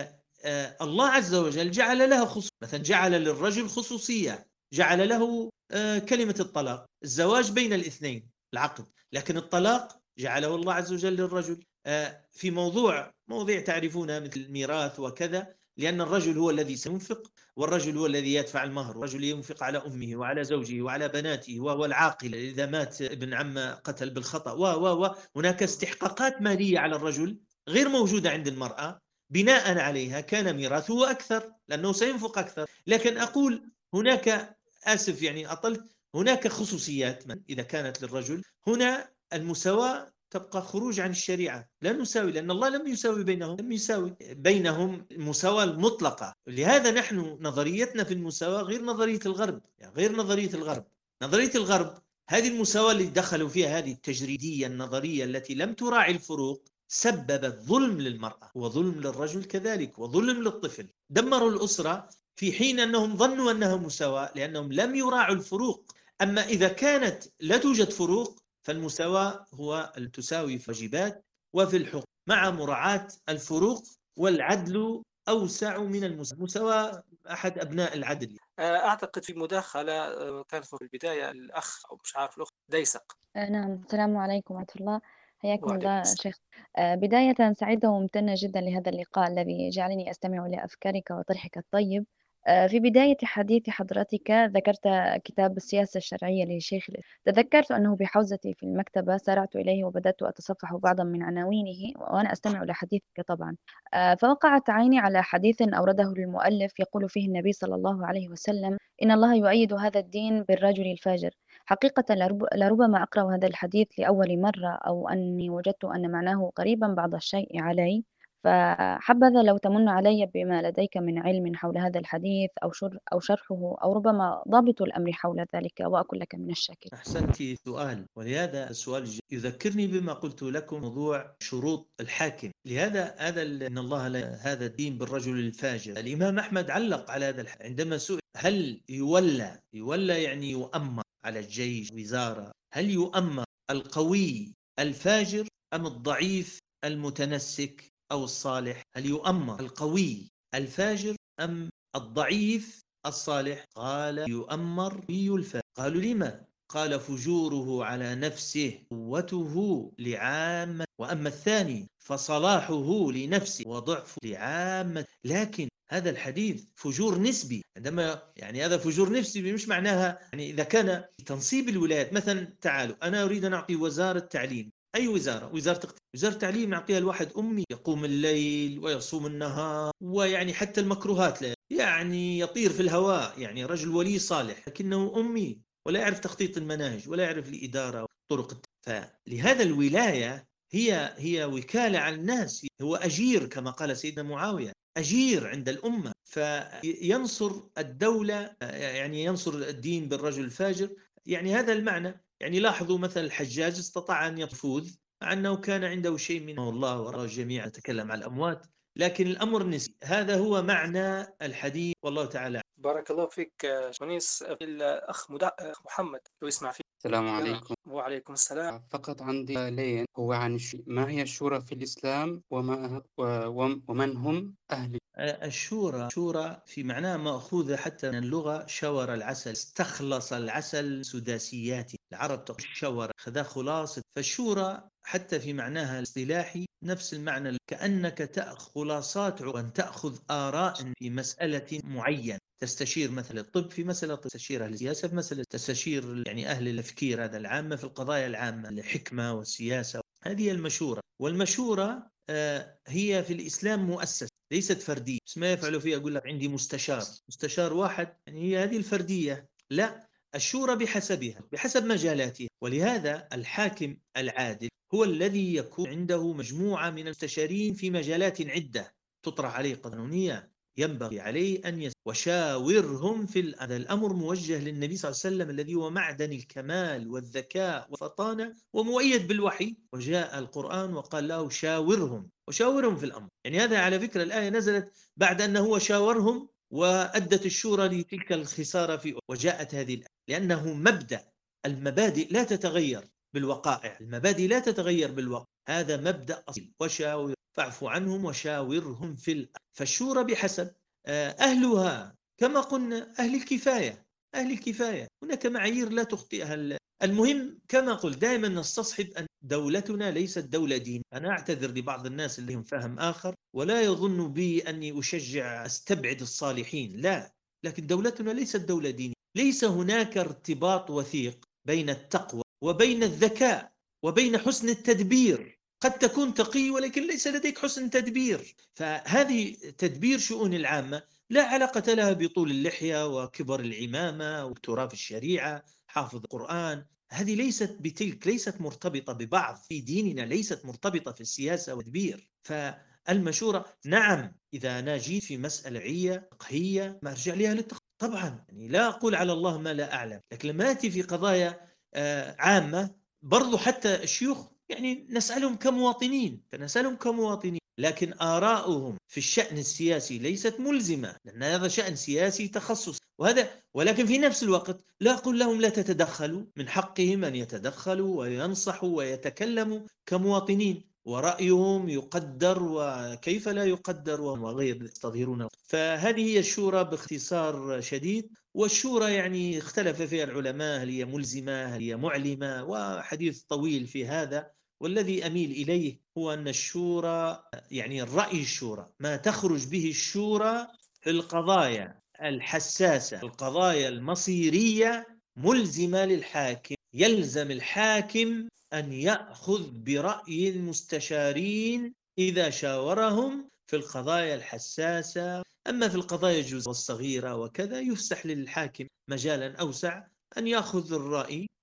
الله عز وجل جعل لها خصوصية، مثلا جعل للرجل خصوصية، جعل له كلمة الطلاق، الزواج بين الاثنين، العقد، لكن الطلاق جعله الله عز وجل للرجل. في مواضيع تعرفونها مثل الميراث وكذا، لأن الرجل هو الذي سينفق، والرجل هو الذي يدفع المهر، والرجل ينفق على أمه وعلى زوجه وعلى بناته، وهو العاقل إذا مات ابن عم قتل بالخطأ، هناك استحقاقات مالية على الرجل غير موجودة عند المرأة، بناء عليها كان ميراثه أكثر لأنه سينفق أكثر. لكن أقول هناك، آسف يعني أطلت، هناك خصوصيات إذا كانت للرجل، هنا المساواة تبقى خروج عن الشريعة، لا نساوي، لأن الله لم يساوي بينهم، لم يساوي بينهم المساواة المطلقة. لهذا نحن نظريتنا في المساواة غير نظرية الغرب، يعني غير نظرية الغرب. نظرية الغرب هذه المساواة اللي دخلوا فيها، هذه التجريدية النظرية التي لم تراعي الفروق، سببت ظلم للمرأة وظلم للرجل كذلك وظلم للطفل، دمروا الأسرة، في حين أنهم ظنوا أنها مساواة لأنهم لم يراعوا الفروق. أما إذا كانت لا توجد فروق، فالمساواة هو أن تساوي في الواجبات وفي الحقوق مع مراعاة الفروق، والعدل أوسع من المساواة أحد أبناء العدل. أعتقد في مداخلة كانت في البداية الأخ، أو مش عارف، الأخت ديسق. نعم، السلام عليكم ورحمة الله، حياكم وعليكم الله السلام. شيخ. بداية سعيدة وممتنة جدا لهذا اللقاء الذي جعلني أستمع لأفكارك وطرحك الطيب. في بداية حديث حضرتك ذكرت كتاب السياسة الشرعية لشيخ تذكرت أنه بحوزتي في المكتبة، سارعت إليه وبدأت أتصفح بعضا من عناوينه وأنا أستمع لحديثك طبعا. فوقعت عيني على حديث أورده المؤلف يقول فيه النبي صلى الله عليه وسلم: إن الله يؤيد هذا الدين بالرجل الفاجر. حقيقة لربما أقرأ هذا الحديث لأول مرة، أو أني وجدت أن معناه قريبا بعض الشيء علي، فحبذا لو تمن علي بما لديك من علم حول هذا الحديث أو شرحه أو ربما ضابط الأمر حول ذلك، وأكون لك من الشاكرين. أحسنت سؤال، ولهذا السؤال يذكرني بما قلت لكم موضوع شروط الحاكم. لهذا إن الله هذا الدين بالرجل الفاجر. الإمام أحمد علق على هذا عندما سئل هل يولى يعني يؤمر على الجيش وزارة، هل يؤمر القوي الفاجر أم الضعيف المتنسك أو الصالح؟ هل يؤمر القوي الفاجر أم الضعيف الصالح؟ قال يؤمر الفاجر. قالوا لما؟ قال فجوره على نفسه، قوته لعامة، وأما الثاني فصلاحه لنفسه وضعفه لعامة. لكن هذا الحديث فجور نسبي، عندما يعني هذا فجور نسبي مش معناها يعني إذا كان تنصيب الولايات. مثلا تعالوا أنا أريد أن أعطي وزارة تعليم، أي وزارة؟ وزارة تعليم نعطيها الواحد أمي يقوم الليل ويصوم النهار، ويعني حتى المكروهات لا يعني يطير في الهواء، يعني رجل ولي صالح لكنه أمي ولا يعرف تخطيط المناهج ولا يعرف الإدارة وطرق. فلهذا الولاية هي وكالة على الناس، هو أجير كما قال سيدنا معاوية، أجير عند الأمة، فينصر الدولة، يعني ينصر الدين بالرجل الفاجر. يعني هذا المعنى. يعني لاحظوا مثلا الحجاج استطاع أن يفوز مع أنه كان عنده شيء من الله وراء الجميع، نتكلم عن الأموات، لكن الأمر نسبي. هذا هو معنى الحديث، والله تعالى. بارك الله فيك ونيس. الأخ محمد لو يسمع فيك. السلام عليكم. وعليكم السلام. فقط عندي سؤالين، هو عن ما هي الشورى في الإسلام ومن هم أهل؟ الشورى في معناه مأخوذة حتى من اللغة شور العسل، استخلص العسل سداسياته. العرب تقول شور، خذا خلاصة. فالشورى حتى في معناها الاصطلاحي نفس المعنى، كأنك تأخذ خلاصات وأن تأخذ آراء في مسألة معينة. تستشير مثل الطب في مسألة، تستشير أهل السياسة في مسألة، تستشير يعني أهل التفكير هذا العامة في القضايا العامة، الحكمة والسياسة. هذه المشورة. والمشورة هي في الإسلام مؤسسة ليست فردية. بس ما يفعلوا فيها أقول لك عندي مستشار واحد، يعني هي هذه الفردية. لا، الشورى بحسبها، بحسب مجالاتها. ولهذا الحاكم العادل هو الذي يكون عنده مجموعة من المستشارين في مجالات عدة تطرح عليه قانونية، ينبغي عليه أن وشاورهم في هذا الأمر موجه للنبي صلى الله عليه وسلم الذي هو معدن الكمال والذكاء والفطانة ومؤيد بالوحي، وجاء القرآن وقال له شاورهم في الأمر. يعني هذا على فكرة الآية نزلت بعد أنه هو شاورهم وأدت الشورى لتلك الخسارة وجاءت هذه الآية لأنه المبادئ لا تتغير بالوقائع، المبادئ لا تتغير بالوقت، هذا مبدأ أصيل. وشاور فاعف عنهم وشاورهم في الأمر. فالشورى بحسب أهلها، كما قلنا أهل الكفاية. هناك معايير لا تخطئها. المهم كما قلت دائما نستصحب أن دولتنا ليست دولة دين. أنا أعتذر لبعض الناس اللي هم فهم آخر ولا يظن بي أني أشجع أستبعد الصالحين، لا، لكن دولتنا ليست دولة دين. ليس هناك ارتباط وثيق بين التقوى وبين الذكاء وبين حسن التدبير. قد تكون تقي ولكن ليس لديك حسن تدبير. فهذه تدبير شؤون العامة لا علاقة لها بطول اللحية وكبر العمامة وتراث الشريعة حافظ القرآن. هذه ليست مرتبطة ببعض في ديننا، ليست مرتبطة في السياسة والتدبير. فالمشورة نعم، إذا أنا جيت في مسألة عية فقهية ما أرجع لها طبعا، يعني لا أقول على الله ما لا أعلم، لكن لما أتي في قضايا عامة برضو حتى الشيوخ يعني نسألهم كمواطنين، لكن آراؤهم في الشأن السياسي ليست ملزمة، لأن هذا شأن سياسي تخصص ولكن في نفس الوقت لا أقول لهم لا تتدخلوا، من حقهم أن يتدخلوا وينصحوا ويتكلموا كمواطنين، ورأيهم يقدر وكيف لا يقدر وغير يستظهرون. فهذه هي الشورى باختصار شديد. والشورى يعني اختلف فيها العلماء، هل هي ملزمة هل هي معلمة، وحديث طويل في هذا. والذي أميل إليه هو أن الشورى يعني الرأي الشورى ما تخرج به الشورى في القضايا الحساسة، القضايا المصيرية ملزمة للحاكم. يلزم الحاكم أن يأخذ برأي المستشارين إذا شاورهم في القضايا الحساسة. أما في القضايا الجزئية والصغيرة وكذا يفسح للحاكم مجالا أوسع أن يأخذ الرأي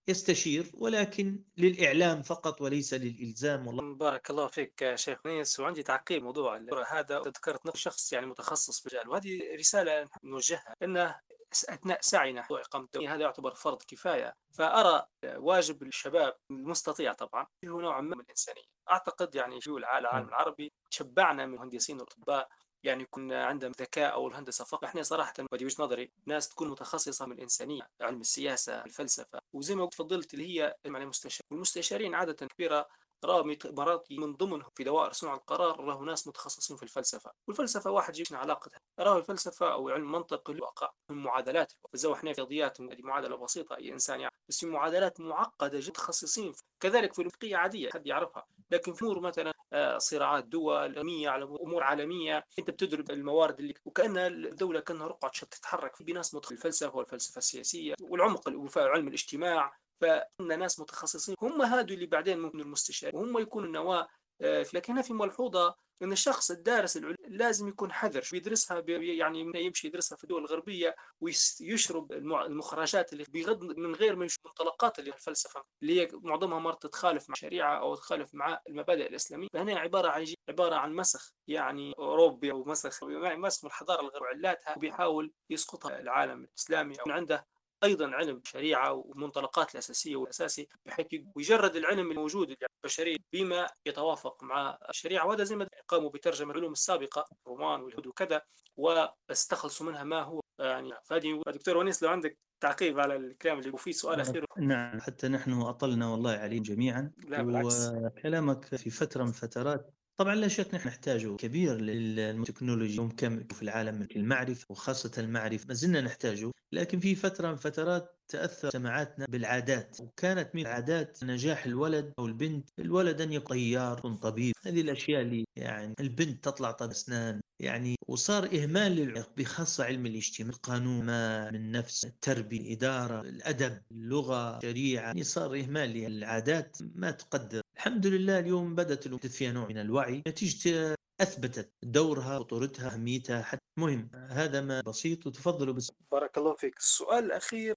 يستشير، ولكن للإعلام فقط وليس للإلزام. والله بارك الله فيك يا شيخ نيس. وعندي تعقيب موضوع هذا. ذكرت نفس شخص يعني متخصص في المجال، وهذه رسالة نوجهها أنه أثناء سعينا إقامة الدولة هذا يعتبر فرض كفاية. فأرى واجب الشباب المستطيع طبعا هو نوع ما من الإنسانية. أعتقد يعني في العالم العربي تشبعنا من المهندسين والأطباء، يعني كنا عندهم ذكاء او الهندسه فقط. احنا صراحه بدي وجهه نظري ناس تكون متخصصه من الانسانيه، علم السياسه، الفلسفه، وزي ما تفضلت اللي هي يعني المستشار والمستشارين عاده كبيره. رامي مرات من ضمنهم في دوائر صنع القرار له ناس متخصصين في الفلسفه، والفلسفه واحد يجيب علاقتها راه الفلسفه او علم منطق الواقع من معادلات. فزو احنا في رياضيات هذه معادله بسيطه اي انسان يعني، بس في معادلات معقده جدا متخصصين. كذلك في الفقهيه عاديه حد يعرفها، لكن في امور مثلا صراعات دول امميه على امور عالميه انت بتدرب الموارد اللي وكان الدوله كانها رقعه تتحرك في ناس متخصصين في الفلسفه والفلسفه السياسيه والعمق وعلم الاجتماع. فإن ناس متخصصين هم هادو اللي بعدين ممكن المستشار وهم يكونوا النواة. لكن هنا في ملحوظة ان الشخص الدارس العلوم لازم يكون حذر شو بيدرسها، يعني يمشي يدرسها في الدول الغربيه ويشرب المخرجات اللي بغض من غير ما يشوف منطلقات اللي الفلسفه اللي هي معظمها مرات تتخالف مع الشريعه او تخالف مع المبادئ الاسلاميه. فهنا عباره عن مسخ يعني اوروبي او مسخ من الحضاره الغربيه علاتها وبيحاول يسقطها العالم الاسلامي او عنده ايضا علم الشريعه ومنطلقات الاساسيه والاساسي، بحيث يجرد العلم الموجود البشري بما يتوافق مع الشريعه. وهذا زي ما قاموا بترجمه العلوم السابقه الرومان واليهود وكذا واستخلصوا منها ما هو يعني. فهذه دكتور ونيس لو عندك تعقيب على الكلام اللي وفي سؤال اخير. نعم، حتى نحن أطلنا والله عليهم جميعا. لا بالعكس، وكلامك في فترة من فترات طبعا لا شك نحن نحتاجه كبير للتكنولوجيا ممكن في العالم المعرفة، وخاصة المعرفة ما زلنا نحتاجه. لكن في فترة من فترات تأثر سماعاتنا بالعادات، وكانت من عادات نجاح الولد أو البنت، الولد أن يكون طيار، يكون طبيب، هذه الأشياء اللي يعني البنت تطلع طب أسنان يعني. وصار إهمال للعلم بخاصة علم الاجتماع، القانون، ما من نفس، التربية، الإدارة، الأدب، اللغة، الشريعة، يعني صار إهمال للعادات ما تقدر. الحمد لله اليوم بدأت الأمور فيها نوع من الوعي، نتيجة أثبتت دورها، خطورتها، أهميتها. حتى مهم هذا ما بسيط، وتفضلوا بس. بارك الله فيك. السؤال الأخير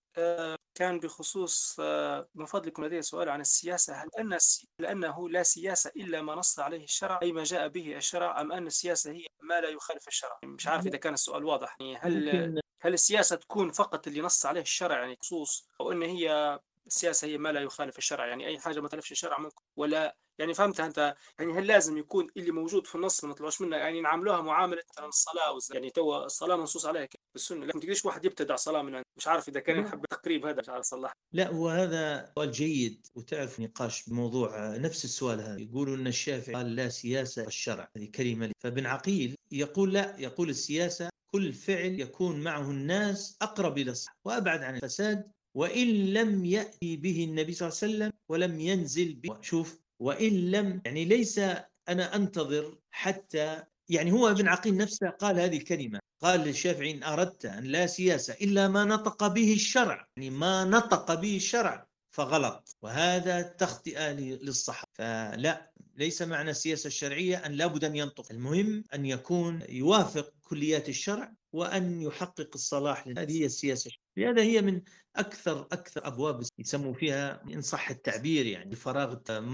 كان بخصوص من فضلكم لدي سؤال عن السياسة. هل لأنه لا سياسة إلا ما نص عليه الشرع أي ما جاء به الشرع، أم أن السياسة هي ما لا يخالف الشرع؟ مش عارف إذا كان السؤال واضح. يعني ممكن هل السياسة تكون فقط اللي نص عليه الشرع يعني خصوص، أو أن هي السياسة هي ما لا يخالف الشرع يعني أي حاجة ما تخالفش الشرع ممكن، ولا يعني فهمت أنت؟ يعني هل لازم يكون اللي موجود في النص ما نطلعوش منه، يعني نعاملوها معاملة مثلا الصلاة يعني تو الصلاة منصوص عليها بالسنة، لكن ما تقدرش واحد يبتدع صلاة من عنده. مش عارف إذا كان يحب التقريب هذا، مش عارف صلح. لا، وهذا سؤال جيد. وتعرف نقاش بموضوع نفس السؤال هذا، يقولوا أن الشافعي قال لا سياسة الشرع، هذه كلمة لي. فابن عقيل يقول لا، يقول السياسة كل فعل يكون معه الناس أقرب إلى الصح وأبعد عن الفساد، وإن لم يأتي به النبي صلى الله عليه وسلم ولم ينزل به. شوف، وإن لم يعني ليس أنا أنتظر حتى، يعني هو ابن عقيل نفسه قال هذه الكلمة، قال للشافعي إن أردت أن لا سياسة إلا ما نطق به الشرع، يعني ما نطق به الشرع فغلط، وهذا تخطئة للصحابة. فلا، ليس معنى السياسة الشرعية أن لابد أن ينطق، المهم أن يكون يوافق كليات الشرع وأن يحقق الصلاح. هذه هي السياسة. لهذا هي من أكثر أبواب يسموا فيها إن صح التعبير يعني الفراغ،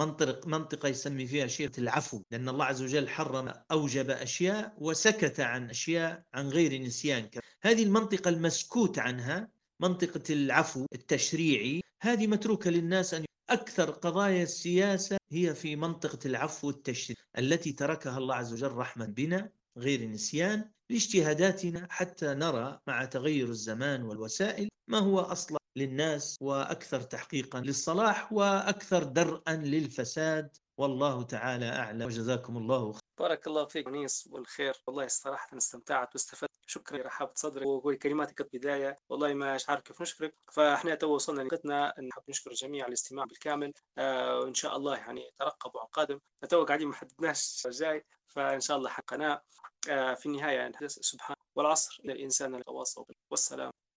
منطقة يسمي فيها شيء العفو، لأن الله عز وجل حرم، أوجب أشياء وسكت عن أشياء عن غير نسيان. هذه المنطقة المسكوت عنها منطقة العفو التشريعي، هذه متروكة للناس. أن أكثر قضايا السياسة هي في منطقة العفو التشريعي التي تركها الله عز وجل رحمة بنا غير نسيان لاجتهاداتنا، حتى نرى مع تغير الزمان والوسائل ما هو أصلح للناس وأكثر تحقيقا للصلاح وأكثر درءا للفساد. والله تعالى أعلم، وجزاكم الله خير. بارك الله فيك نيس والخير. والله صراحة استمتعت واستفدت. شكرا رحابة صدرك وكلماتك البداية، والله ما مش عارف كيف نشكرك. فاحنا تو وصلنا لنقطتنا نحب نشكر الجميع على الاستماع بالكامل. وإن شاء الله يعني ترقبوا عن قادم. تو قاعدين ما حددناش الجاي، فإن شاء الله قناة. في النهاية سبحان والعصر إن الإنسان لتواصوا. والسلام.